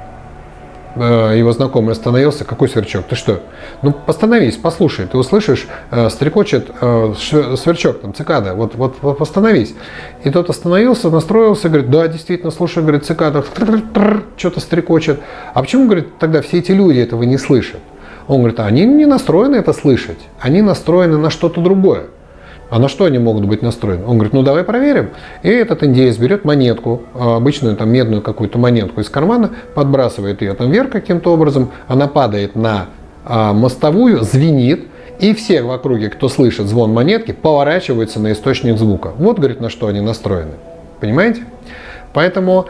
Э, его знакомый остановился, какой сверчок, ты что? Ну, остановись, послушай, ты услышишь, э, стрекочет э, сверчок, там, цикада, вот, вот, вот остановись. И тот остановился, настроился, говорит, да, действительно, слушай, говорит, цикада, что-то стрекочет. А почему, говорит, тогда все эти люди этого не слышат? Он говорит, а они не настроены это слышать, они настроены на что-то другое. А на что они могут быть настроены? Он говорит, ну давай проверим. И этот индеец берет монетку, обычную там медную какую-то монетку из кармана, подбрасывает ее там вверх каким-то образом, она падает на мостовую, звенит, и все в округе, кто слышит звон монетки, поворачиваются на источник звука. Вот, говорит, на что они настроены. Понимаете? Поэтому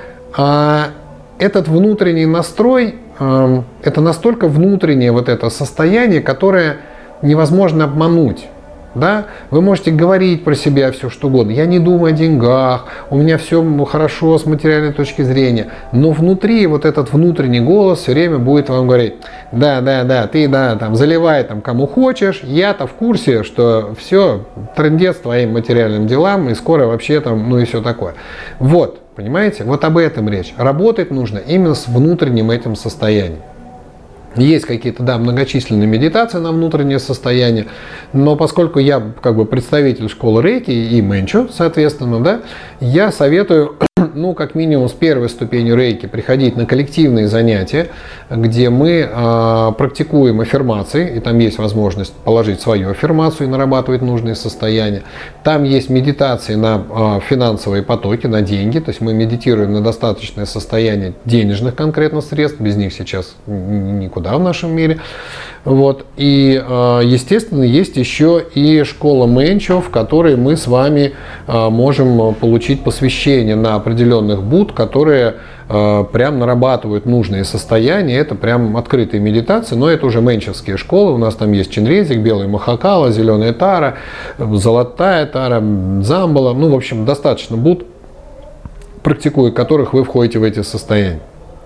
а, этот внутренний настрой, а, это настолько внутреннее вот это состояние, которое невозможно обмануть. Да? Вы можете говорить про себя все что угодно. Я не думаю о деньгах, у меня все хорошо с материальной точки зрения. Но внутри вот этот внутренний голос все время будет вам говорить, да, да, да, ты да, там, заливай там кому хочешь, я-то в курсе, что все, трындец твоим материальным делам, и скоро вообще там, ну и все такое. Вот, понимаете, вот об этом речь. Работать нужно именно с внутренним этим состоянием. Есть какие-то, да, многочисленные медитации на внутреннее состояние, но поскольку я как бы представитель школы рейки и мэнчо, соответственно, да, я советую, ну, как минимум с первой ступени рейки приходить на коллективные занятия, где мы э, практикуем аффирмации, и там есть возможность положить свою аффирмацию и нарабатывать нужные состояния. Там есть медитации на э, финансовые потоки, на деньги, то есть мы медитируем на достаточное состояние денежных конкретно средств, без них сейчас никуда в нашем мире. Вот. И, естественно, есть еще и школа мэнчо, в которой мы с вами можем получить посвящение на определенных будд, которые прям нарабатывают нужные состояния. Это прям открытые медитации, но это уже мэнчевские школы. У нас там есть чинрезик, белый махакала, зеленая тара, золотая тара, дзамбала. Ну, в общем, достаточно будд, практикуя которых вы входите в эти состояния.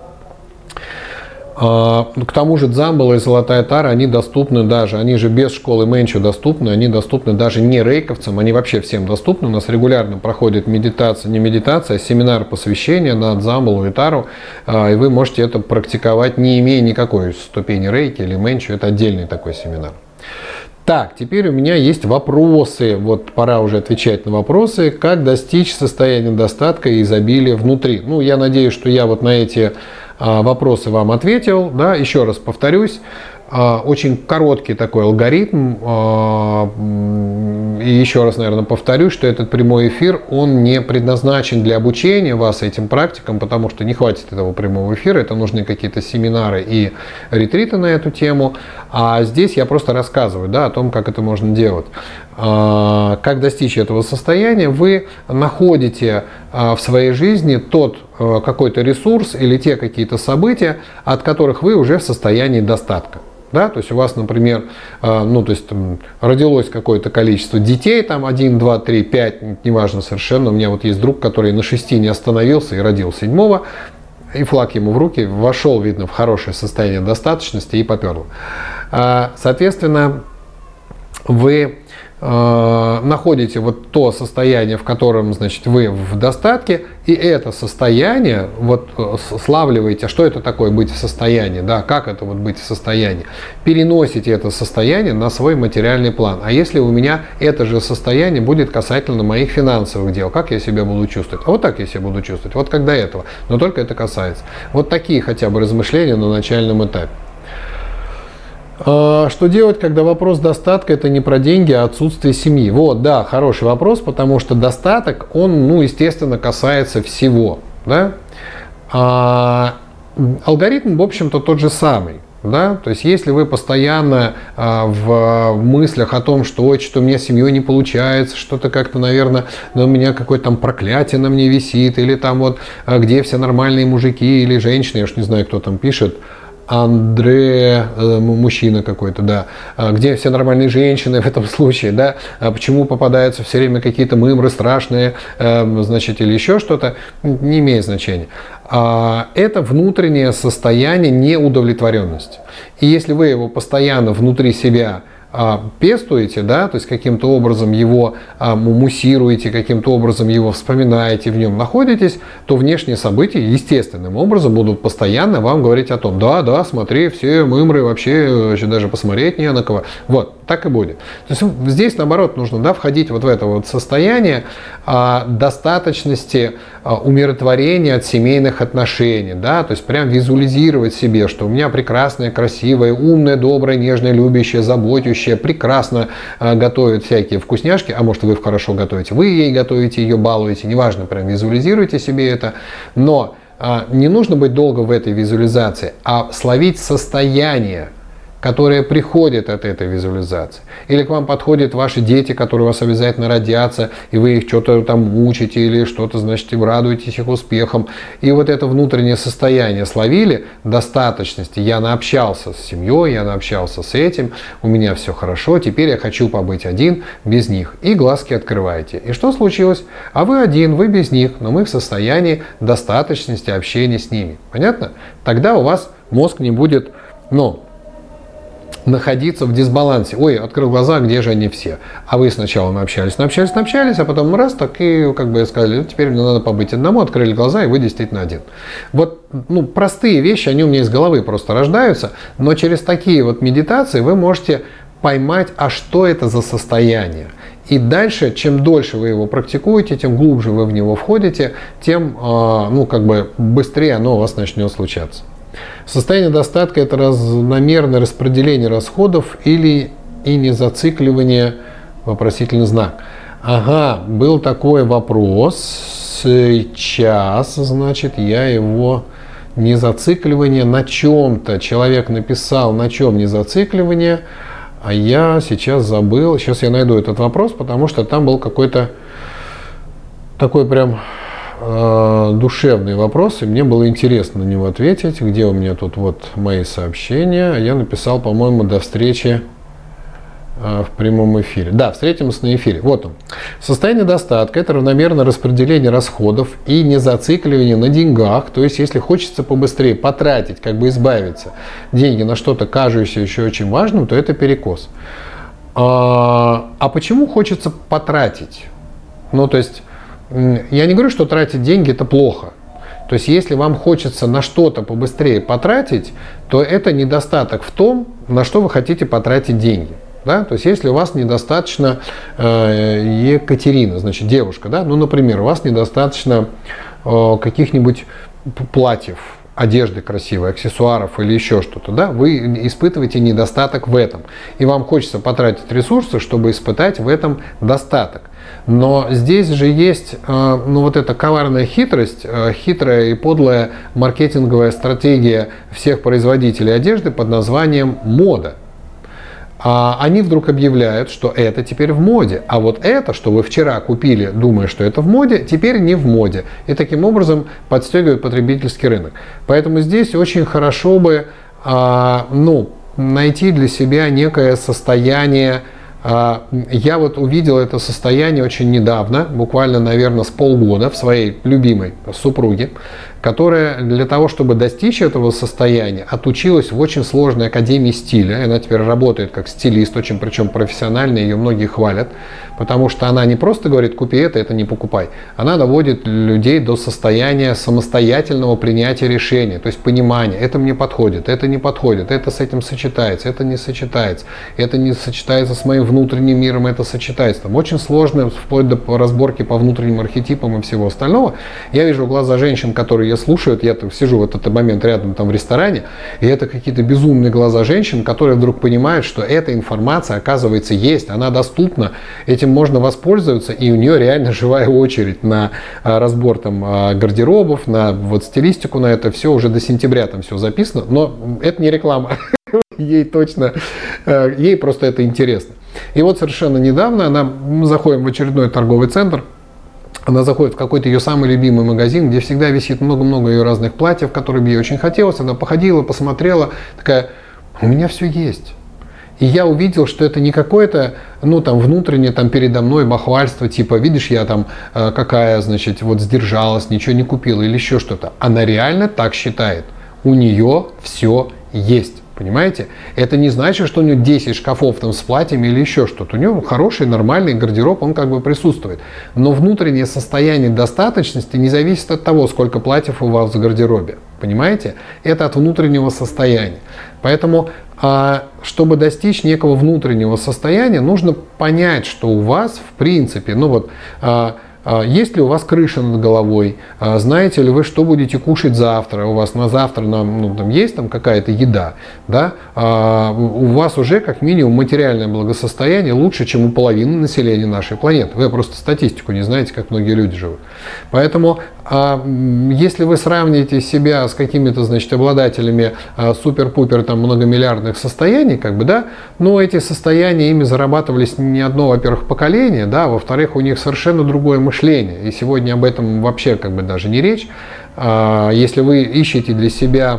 К тому же дзамбала и золотая тара, они доступны даже, они же без школы мэнчо доступны, они доступны даже не рейковцам, они вообще всем доступны. У нас регулярно проходит медитация, не медитация, а семинар посвящения на дзамбалу и тару, и вы можете это практиковать, не имея никакой ступени рейки или мэнчо, это отдельный такой семинар. Так, теперь у меня есть вопросы, вот пора уже отвечать на вопросы, как достичь состояния достатка и изобилия внутри. Ну, я надеюсь, что я вот на эти вопросы вам ответил, да, еще раз повторюсь, очень короткий такой алгоритм, и еще раз, наверное, повторюсь, что этот прямой эфир, он не предназначен для обучения вас этим практикам, потому что не хватит этого прямого эфира, это нужны какие-то семинары и ретриты на эту тему, а здесь я просто рассказываю, да, о том, как это можно делать. Как достичь этого состояния, вы находите в своей жизни тот какой-то ресурс или те какие-то события, от которых вы уже в состоянии достатка. Да? То есть у вас, например, ну, то есть, там, родилось какое-то количество детей, там один, два, три, пять, неважно совершенно. У меня вот есть друг, который на шести не остановился и родил седьмого, и флаг ему в руки, вошел, видно, в хорошее состояние достаточности и поперло. Соответственно, вы находите вот то состояние, в котором, значит, вы в достатке, и это состояние вот славливаете. А что это такое быть в состоянии, да, как это вот быть в состоянии? Переносите это состояние на свой материальный план. А если у меня это же состояние будет касательно моих финансовых дел, как я себя буду чувствовать? А вот так я себя буду чувствовать, вот как до этого, но только это касается. Вот такие хотя бы размышления на начальном этапе. Что делать, когда вопрос достатка – это не про деньги, а отсутствие семьи? Вот, да, хороший вопрос, потому что достаток, он, ну, естественно, касается всего. Да? А, алгоритм, в общем-то, тот же самый. Да? То есть, если вы постоянно а, в мыслях о том, что, ой, что у меня с семьей не получается, что-то как-то, наверное, ну, у меня какое-то там проклятие на мне висит, или там вот, а, где все нормальные мужики или женщины, я уж не знаю, кто там пишет, Андре, э, мужчина какой-то, да, где все нормальные женщины в этом случае, да, почему попадаются все время какие-то мымры страшные, э, значит, или еще что-то, не имеет значения. А, это внутреннее состояние неудовлетворенности. И если вы его постоянно внутри себя пестуете, да, то есть каким-то образом его а, муссируете, каким-то образом его вспоминаете, в нем находитесь, то внешние события естественным образом будут постоянно вам говорить о том, да, да, смотри, все мымры, вообще даже посмотреть не на кого. Вот, так и будет. То есть здесь, наоборот, нужно, да, входить вот в это вот состояние а, достаточности, а, умиротворения от семейных отношений, да, то есть прям визуализировать себе, что у меня прекрасная, красивая, умная, добрая, нежная, любящая, заботящая, прекрасно э, готовит всякие вкусняшки, а может вы хорошо готовите, вы ей готовите, ее балуете, неважно, прям визуализируйте себе это, но э, не нужно быть долго в этой визуализации, а словить состояние, которые приходят от этой визуализации. Или к вам подходят ваши дети, которые у вас обязательно родятся, и вы их что-то там мучите, или что-то, значит, и радуетесь их успехам. И вот это внутреннее состояние словили достаточности. Я наобщался с семьей, я наобщался с этим, у меня все хорошо, теперь я хочу побыть один без них. И глазки открываете. И что случилось? А вы один, вы без них, но мы в состоянии достаточности общения с ними. Понятно? Тогда у вас мозг не будет, ну, находиться в дисбалансе. Ой, открыл глаза, где же они все? А вы сначала наобщались, наобщались, наобщались, а потом раз, так и, как бы сказали, теперь мне надо побыть одному, открыли глаза, и вы действительно один. Вот, ну, простые вещи, они у меня из головы просто рождаются, но через такие вот медитации вы можете поймать, а что это за состояние. И дальше, чем дольше вы его практикуете, тем глубже вы в него входите, тем, ну, как бы быстрее оно у вас начнет случаться. Состояние достатка – это равномерное распределение расходов или и не зацикливание, вопросительный знак. Ага, был такой вопрос. Сейчас, значит, я его не зацикливание на чем-то. Человек написал, на чем не зацикливание, а я сейчас забыл. Сейчас я найду этот вопрос, потому что там был какой-то такой прям душевный вопрос, и мне было интересно на него ответить. Где у меня тут вот мои сообщения? Я написал, по-моему, до встречи в прямом эфире. Да, встретимся на эфире. Вот он. Состояние достатка – это равномерное распределение расходов и не зацикливание на деньгах. То есть, если хочется побыстрее потратить, как бы избавиться деньги на что-то, кажущееся еще очень важным, то это перекос. А, а почему хочется потратить? Ну, то есть, я не говорю, что тратить деньги – это плохо. То есть, если вам хочется на что-то побыстрее потратить, то это недостаток в том, на что вы хотите потратить деньги. Да? То есть, если у вас недостаточно э, Екатерина, значит, девушка, да? Ну, например, у вас недостаточно э, каких-нибудь платьев, одежды красивой, аксессуаров или еще что-то, да, вы испытываете недостаток в этом. И вам хочется потратить ресурсы, чтобы испытать в этом достаток. Но здесь же есть, ну, вот эта коварная хитрость, хитрая и подлая маркетинговая стратегия всех производителей одежды под названием мода. Они вдруг объявляют, что это теперь в моде, а вот это, что вы вчера купили, думая, что это в моде, теперь не в моде. И таким образом подстегивают потребительский рынок. Поэтому здесь очень хорошо бы, ну, найти для себя некое состояние. Я вот увидел это состояние очень недавно, буквально, наверное, с полгода в своей любимой супруге, которая для того, чтобы достичь этого состояния, отучилась в очень сложной академии стиля. Она теперь работает как стилист, очень причем профессионально, ее многие хвалят, потому что она не просто говорит «купи это, это не покупай». Она доводит людей до состояния самостоятельного принятия решения, то есть понимания, это мне подходит, это не подходит, это с этим сочетается, это не сочетается, это не сочетается с моим внутренним миром, это сочетается. Там очень сложно, вплоть до разборки по внутренним архетипам и всего остального. Я вижу глаза женщин, которые слушают, я сижу в этот момент рядом там в ресторане, и это какие-то безумные глаза женщин, которые вдруг понимают, что эта информация, оказывается, есть, она доступна, этим можно воспользоваться, и у нее реально живая очередь на разбор там гардеробов, на вот стилистику, на это все уже до сентября там все записано, но это не реклама, ей точно, ей просто это интересно. И вот совершенно недавно она, мы заходим в очередной торговый центр, она заходит в какой-то ее самый любимый магазин, где всегда висит много-много ее разных платьев, которые бы ей очень хотелось. Она походила, посмотрела, такая, у меня все есть. И я увидел, что это не какое-то, ну, там, внутреннее, там, передо мной бахвальство, типа, видишь, я там, э, какая, значит, вот сдержалась, ничего не купила или еще что-то. Она реально так считает. У нее все есть. Понимаете? Это не значит, что у нее десять шкафов там с платьями или еще что-то. У нее хороший, нормальный гардероб, он как бы присутствует. Но внутреннее состояние достаточности не зависит от того, сколько платьев у вас в гардеробе. Понимаете? Это от внутреннего состояния. Поэтому, чтобы достичь некого внутреннего состояния, нужно понять, что у вас, в принципе, ну вот, есть ли у вас крыша над головой, знаете ли вы, что будете кушать завтра, у вас на завтра ну, там есть там какая-то еда, да? У вас уже как минимум материальное благосостояние лучше, чем у половины населения нашей планеты. Вы просто статистику не знаете, как многие люди живут. Поэтому если вы сравните себя с какими-то, значит, обладателями супер-пупер там многомиллиардных состояний, как бы, да, но эти состояния ими зарабатывались не одно, во-первых, поколение, да, во-вторых, у них совершенно другое мышление. И сегодня об этом вообще как бы даже не речь. Если вы ищете для себя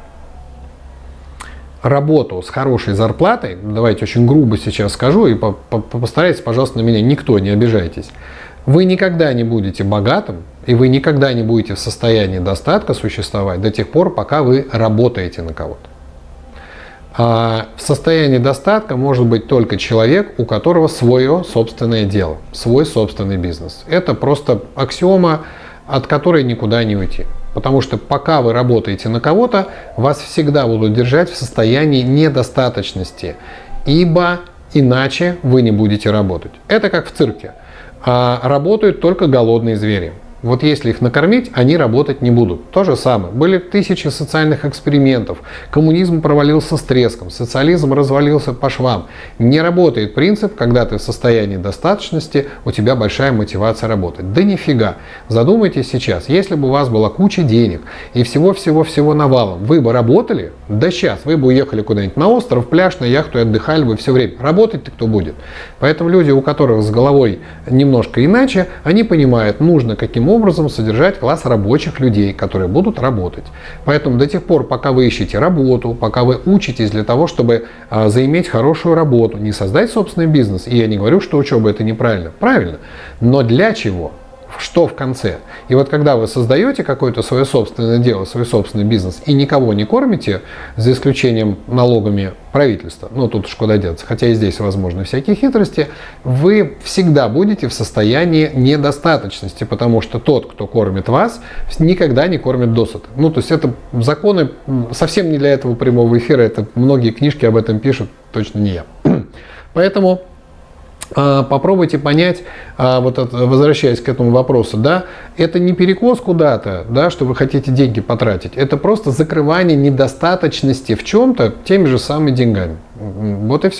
работу с хорошей зарплатой, давайте очень грубо сейчас скажу, и постарайтесь, пожалуйста, на меня никто не обижайтесь. Вы никогда не будете богатым, и вы никогда не будете в состоянии достатка существовать до тех пор, пока вы работаете на кого-то. А в состоянии достатка может быть только человек, у которого свое собственное дело, свой собственный бизнес. Это просто аксиома, от которой никуда не уйти. Потому что пока вы работаете на кого-то, вас всегда будут держать в состоянии недостаточности, ибо иначе вы не будете работать. Это как в цирке. А работают только голодные звери. Вот если их накормить, они работать не будут. То же самое. Были тысячи социальных экспериментов. Коммунизм провалился с треском. Социализм развалился по швам. Не работает принцип, когда ты в состоянии достаточности, у тебя большая мотивация работать. Да нифига. Задумайтесь сейчас. Если бы у вас была куча денег и всего-всего-всего навалом, вы бы работали? Да сейчас. Вы бы уехали куда-нибудь на остров, пляж, на яхту и отдыхали бы все время. Работать-то кто будет? Поэтому люди, у которых с головой немножко иначе, они понимают, нужно каким образом содержать класс рабочих людей, которые будут работать. Поэтому до тех пор, пока вы ищете работу, пока вы учитесь для того, чтобы а, заиметь хорошую работу, не создать собственный бизнес, и я не говорю, что учеба это неправильно, правильно, но для чего? Что в конце? И вот когда вы создаете какое-то свое собственное дело, свой собственный бизнес и никого не кормите, за исключением налогами правительства, ну тут уж куда деться, хотя и здесь возможны всякие хитрости, вы всегда будете в состоянии недостаточности, потому что тот, кто кормит вас, никогда не кормит досыта. Ну то есть это законы совсем не для этого прямого эфира, это многие книжки об этом пишут, точно не я. Поэтому попробуйте понять, вот это, возвращаясь к этому вопросу, да, это не перекос куда-то, да, что вы хотите деньги потратить, это просто закрывание недостаточности в чем-то теми же самыми деньгами. Вот и все.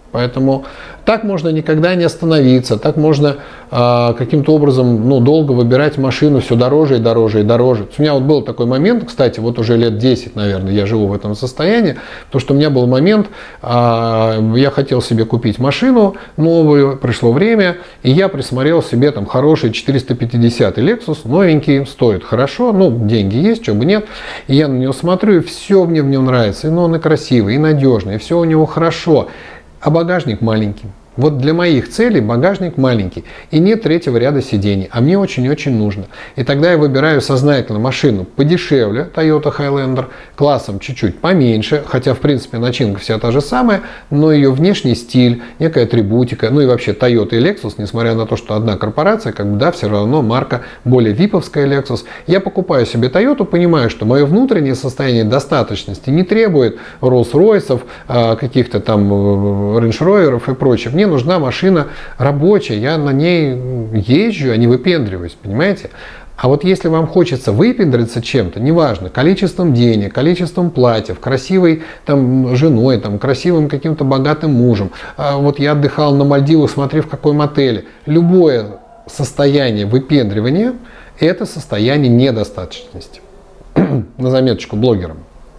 Поэтому так можно никогда не остановиться, так можно э, каким-то образом ну, долго выбирать машину все дороже и дороже и дороже. У меня вот был такой момент, кстати, вот уже лет десять, наверное, я живу в этом состоянии, потому что у меня был момент, э, я хотел себе купить машину новую, пришло время, и я присмотрел себе там хороший четыреста пятидесятый Lexus, новенький, стоит хорошо, ну, деньги есть, чего бы нет. И я на него смотрю, и все мне в нем нравится, и ну, он и красивый, и надежный, и все у него хорошо. А багажник маленький. Вот для моих целей багажник маленький. И нет третьего ряда сидений. А мне очень-очень нужно. И тогда я выбираю сознательно машину подешевле, Toyota Highlander, классом чуть-чуть поменьше. Хотя, в принципе, начинка вся та же самая. Но ее внешний стиль, некая атрибутика. Ну и вообще Toyota и Lexus, несмотря на то, что одна корпорация, как бы, да, все равно марка более виповская Lexus. Я покупаю себе Toyota, понимаю, что мое внутреннее состояние достаточности не требует Rolls-Royce'ов, каких-то там Range Rover'ов и прочее. Мне нужна машина рабочая, я на ней езжу, а не выпендриваюсь, понимаете? А вот если вам хочется выпендриться чем-то, неважно, количеством денег, количеством платьев, красивой там, женой, там, красивым каким-то богатым мужем, а вот я отдыхал на Мальдивах, смотри в каком отеле, любое состояние выпендривания – это состояние недостаточности. На заметочку блогерам.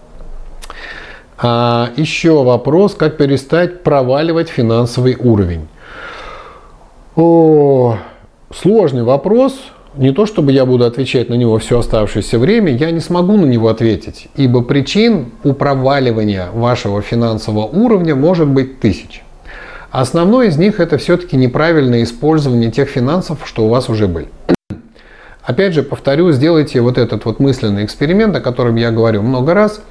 А еще вопрос, как перестать проваливать финансовый уровень. О, сложный вопрос. Не то чтобы я буду отвечать на него все оставшееся время, я не смогу на него ответить, ибо причин у проваливания вашего финансового уровня может быть тысячи. Основной из них это все-таки неправильное использование тех финансов, что у вас уже были. Опять же, повторю, сделайте вот этот вот мысленный эксперимент, о котором я говорю много раз.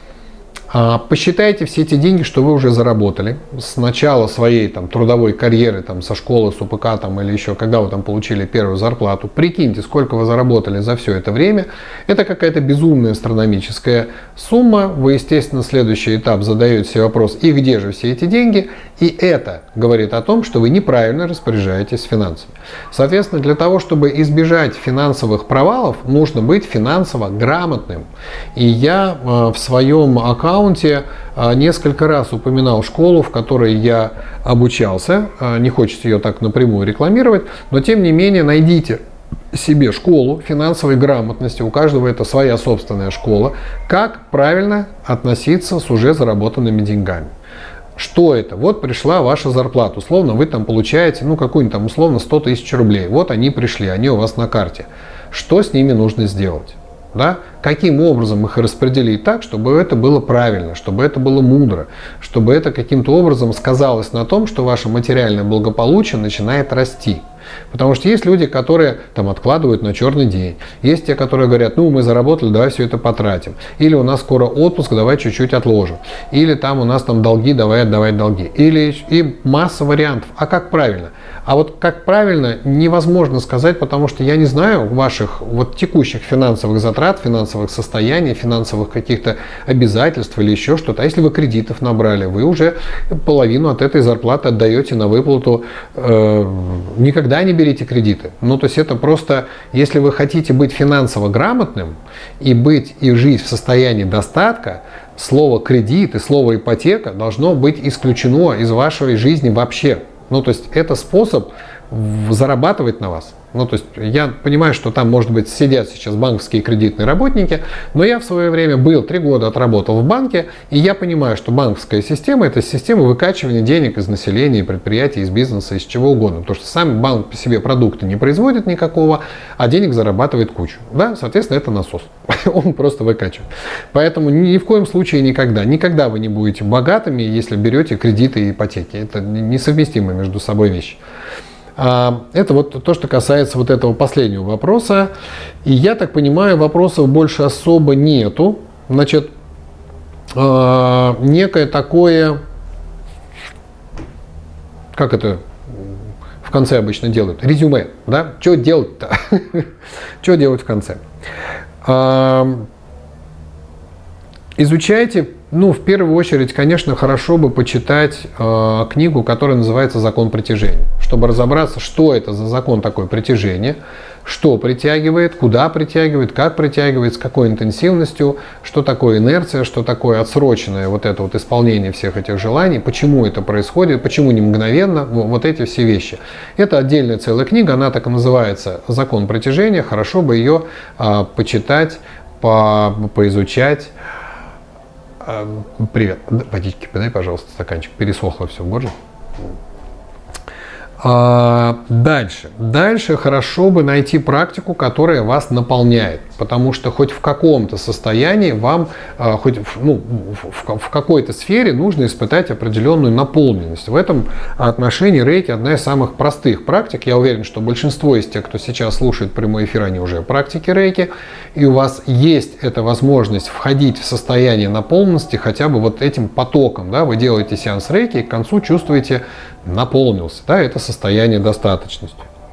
Посчитайте все те деньги, что вы уже заработали с начала своей там, трудовой карьеры, там, со школы, с УПК там, или еще, когда вы там получили первую зарплату. Прикиньте, сколько вы заработали за все это время. Это какая-то безумная астрономическая сумма. Вы, естественно, следующий этап задаете себе вопрос, и где же все эти деньги? И это говорит о том, что вы неправильно распоряжаетесь финансами. Соответственно, для того, чтобы избежать финансовых провалов, нужно быть финансово грамотным. И я э, в своем аккаунте несколько раз упоминал школу, в которой я обучался. Не хочется ее так напрямую рекламировать, но тем не менее найдите себе школу финансовой грамотности. У каждого это своя собственная школа. Как правильно относиться с уже заработанными деньгами. Что это? Вот пришла ваша зарплата. Условно вы там получаете, ну, какую-нибудь там условно сто тысяч рублей. Вот они пришли, они у вас на карте. Что с ними нужно сделать? Да? Каким образом их распределить так, чтобы это было правильно, чтобы это было мудро, чтобы это каким-то образом сказалось на том, что ваше материальное благополучие начинает расти. Потому что есть люди, которые там откладывают на черный день. Есть те, которые говорят, ну мы заработали, давай все это потратим. Или у нас скоро отпуск, давай чуть-чуть отложим. Или там у нас там долги, давай отдавать долги. Или и масса вариантов. А как правильно? А вот как правильно невозможно сказать, потому что я не знаю ваших вот текущих финансовых затрат, финансовых состояний, финансовых каких-то обязательств или еще что-то. А если вы кредитов набрали, вы уже половину от этой зарплаты отдаете на выплату. Э, никогда не берите кредиты. Ну, то есть это просто, если вы хотите быть финансово грамотным и быть и жить в состоянии достатка, слово кредит и слово ипотека должно быть исключено из вашей жизни вообще. Ну, то есть это способ зарабатывать на вас. Ну, то есть я понимаю, что там, может быть, сидят сейчас банковские кредитные работники, но я в свое время был, три года отработал в банке, и я понимаю, что банковская система – это система выкачивания денег из населения, предприятий, из бизнеса, из чего угодно. Потому что сам банк по себе продукта не производит никакого, а денег зарабатывает кучу. Да, соответственно, это насос. Он просто выкачивает. Поэтому ни в коем случае никогда, никогда вы не будете богатыми, если берете кредиты и ипотеки. Это несовместимые между собой вещи. Это вот то, что касается вот этого последнего вопроса. И я так понимаю, вопросов больше особо нету. Значит, некое такое, как это в конце обычно делают? Резюме, да? Что делать-то? Что делать в конце? Изучайте Ну, в первую очередь, конечно, хорошо бы почитать э, книгу, которая называется «Закон притяжения», чтобы разобраться, что это за закон такое притяжения, что притягивает, куда притягивает, как притягивает, с какой интенсивностью, что такое инерция, что такое отсроченное вот это вот исполнение всех этих желаний, почему это происходит, почему не мгновенно, вот эти все вещи. Это отдельная целая книга, она так и называется «Закон притяжения», хорошо бы ее э, почитать, по, поизучать. Привет. Водички подай, пожалуйста, стаканчик. Пересохло все в горле. А, дальше. Дальше хорошо бы найти практику, которая вас наполняет. Потому что хоть в каком-то состоянии вам, хоть в, ну, в, в какой-то сфере нужно испытать определенную наполненность. В этом отношении рейки одна из самых простых практик. Я уверен, что большинство из тех, кто сейчас слушает прямой эфир, они уже практики рейки. И у вас есть эта возможность входить в состояние наполненности хотя бы вот этим потоком. Да? Вы делаете сеанс рейки и к концу чувствуете наполнился. Да? Это состояние достаточности.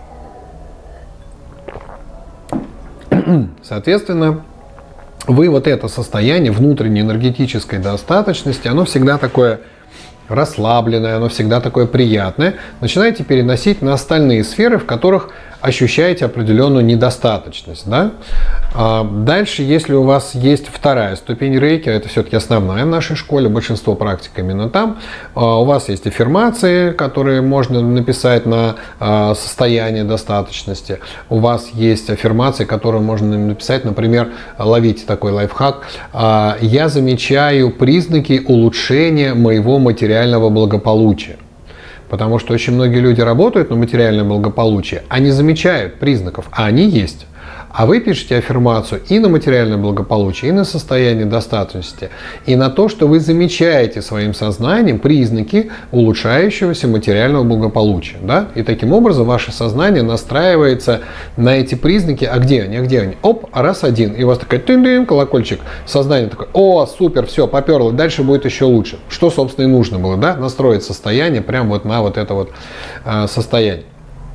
Соответственно, вы вот это состояние внутренней энергетической достаточности, оно всегда такое расслабленное, оно всегда такое приятное, начинаете переносить на остальные сферы, в которых ощущаете определенную недостаточность. Да? А дальше, если у вас есть вторая ступень рейки, это все-таки основная в нашей школе, большинство практик именно там, а у вас есть аффирмации, которые можно написать на а, состояние достаточности. У вас есть аффирмации, которые можно написать, например, ловите такой лайфхак. А, я замечаю признаки улучшения моего материального благополучия. Потому что очень многие люди работают на материальное благополучие, а не замечают признаков, а они есть. А вы пишете аффирмацию и на материальное благополучие, и на состояние достаточности, и на то, что вы замечаете своим сознанием признаки улучшающегося материального благополучия. Да? И таким образом ваше сознание настраивается на эти признаки. А где они? А где они? Оп, раз один. И у вас такой тын-дын, колокольчик. Сознание такое: о, супер, все, поперло, дальше будет еще лучше. Что, собственно, и нужно было, да? Настроить состояние прямо вот на вот это вот э, состояние.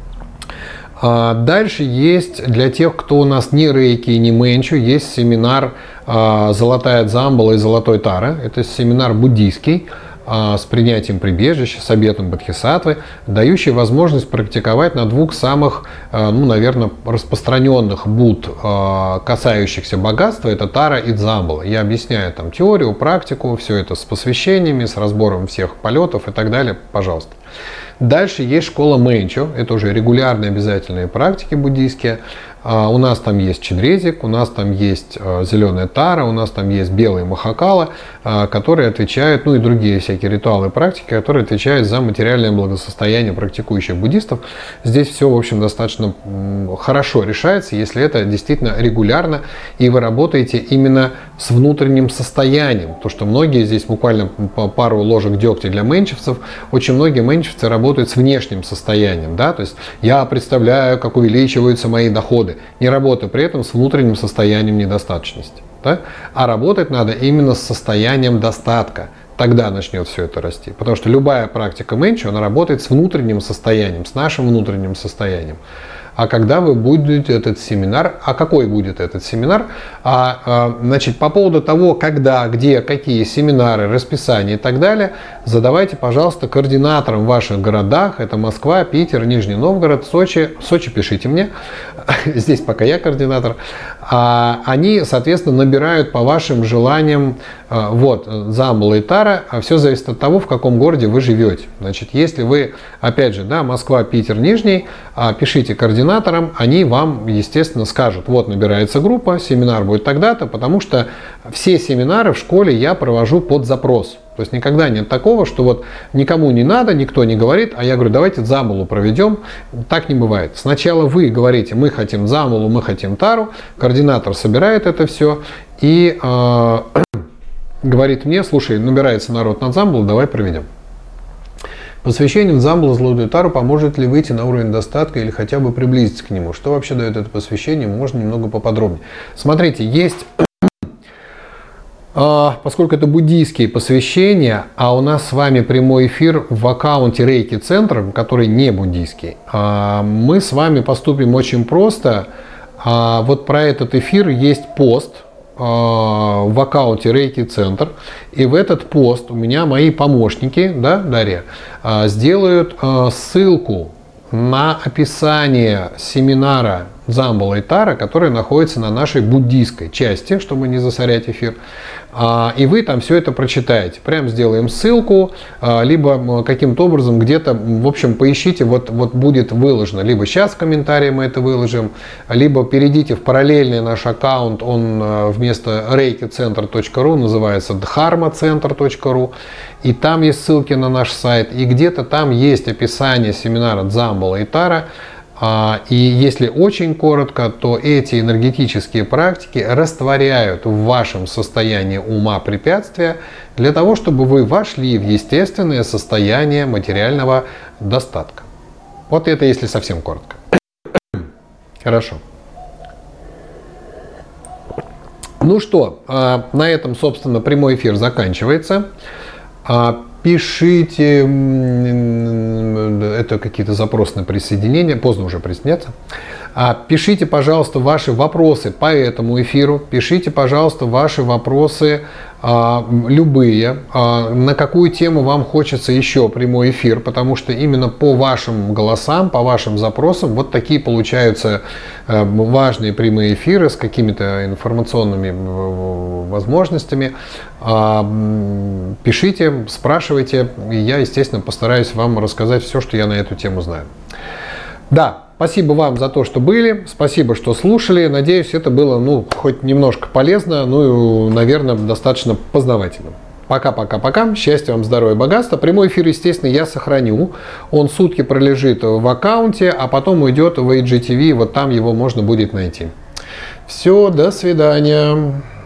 Дальше есть для тех, кто у нас не рейки и не менчу, есть семинар «Золотая дзамбала» и «Золотой тара». Это семинар буддийский с принятием прибежища, с обетом бодхисаттвы, дающий возможность практиковать на двух самых, ну, наверное, распространенных будд, касающихся богатства, это тара и дзамбала. Я объясняю там теорию, практику, все это с посвящениями, с разбором всех полетов и так далее, пожалуйста. Дальше есть школа Мэнчо, это уже регулярные обязательные практики буддийские. У нас там есть чинрезик, у нас там есть зеленая тара, у нас там есть белые махакала, которые отвечают, ну и другие всякие ритуалы и практики, которые отвечают за материальное благосостояние практикующих буддистов. Здесь все, в общем, достаточно хорошо решается, если это действительно регулярно, и вы работаете именно с внутренним состоянием. То, что многие здесь буквально пару ложек дегтя для мэнчевцев, очень многие мэнчевцы работают с внешним состоянием. Да? То есть я представляю, как увеличиваются мои доходы. Не работаю при этом с внутренним состоянием недостаточности. Да? А работать надо именно с состоянием достатка. Тогда начнет все это расти. Потому что любая практика мэнчо, она работает с внутренним состоянием, с нашим внутренним состоянием. А когда вы будете этот семинар, а какой будет этот семинар? А, а, значит, по поводу того, когда, где, какие семинары, расписание и так далее, задавайте, пожалуйста, координаторам в ваших городах. Это Москва, Питер, Нижний Новгород, Сочи. Сочи пишите мне. Здесь пока я координатор. А, они, соответственно, набирают по вашим желаниям а, вот, дзамбала и тара. А все зависит от того, в каком городе вы живете. Значит, если вы, опять же, да, Москва, Питер, Нижний, а, пишите координаторам, они вам, естественно, скажут: вот набирается группа, семинар будет тогда-то, потому что все семинары в школе я провожу под запрос. То есть никогда нет такого, что вот никому не надо, никто не говорит, а я говорю: давайте дзамбалу проведем. Так не бывает. Сначала вы говорите: мы хотим дзамбалу, мы хотим тару, координатор собирает это все и э, говорит мне: слушай, набирается народ на дзамбалу, давай проведем. Посвящение в дзамбалу, золотую тару поможет ли выйти на уровень достатка или хотя бы приблизиться к нему? Что вообще дает это посвящение? Можно немного поподробнее. Смотрите, есть, поскольку это буддийские посвящения, а у нас с вами прямой эфир в аккаунте Рейки Центра, который не буддийский, мы с вами поступим очень просто. Вот про этот эфир есть пост в аккаунте Reiki Центр, и в этот пост у меня мои помощники, да, Дарья, сделают ссылку на описание семинара Дзамбала и Тара, который находится на нашей буддийской части, чтобы не засорять эфир. И вы там все это прочитаете. Прям сделаем ссылку, либо каким-то образом где-то, в общем, поищите, вот, вот будет выложено. Либо сейчас в комментарии мы это выложим, либо перейдите в параллельный наш аккаунт, он вместо рейки центр точка ру называется дхарма центр точка ру, и там есть ссылки на наш сайт, и где-то там есть описание семинара Дзамбала и Тара. И если очень коротко, то эти энергетические практики растворяют в вашем состоянии ума препятствия для того, чтобы вы вошли в естественное состояние материального достатка. Вот это если совсем коротко. Хорошо. Ну что, на этом, собственно, прямой эфир заканчивается. Пишите, это какие-то запросы на присоединение, поздно уже присоединяться. Пишите, пожалуйста, ваши вопросы по этому эфиру, пишите, пожалуйста, ваши вопросы любые, на какую тему вам хочется еще прямой эфир, потому что именно по вашим голосам, по вашим запросам вот такие получаются важные прямые эфиры с какими-то информационными возможностями. Пишите, спрашивайте, и я, естественно, постараюсь вам рассказать все, что я на эту тему знаю. Да, спасибо вам за то, что были, спасибо, что слушали. Надеюсь, это было, ну, хоть немножко полезно, ну и, наверное, достаточно познавательно. Пока-пока-пока. Счастья вам, здоровья, богатства. Прямой эфир, естественно, я сохраню. Он сутки пролежит в аккаунте, а потом уйдет в эй джи ти ви. Вот там его можно будет найти. Все, до свидания.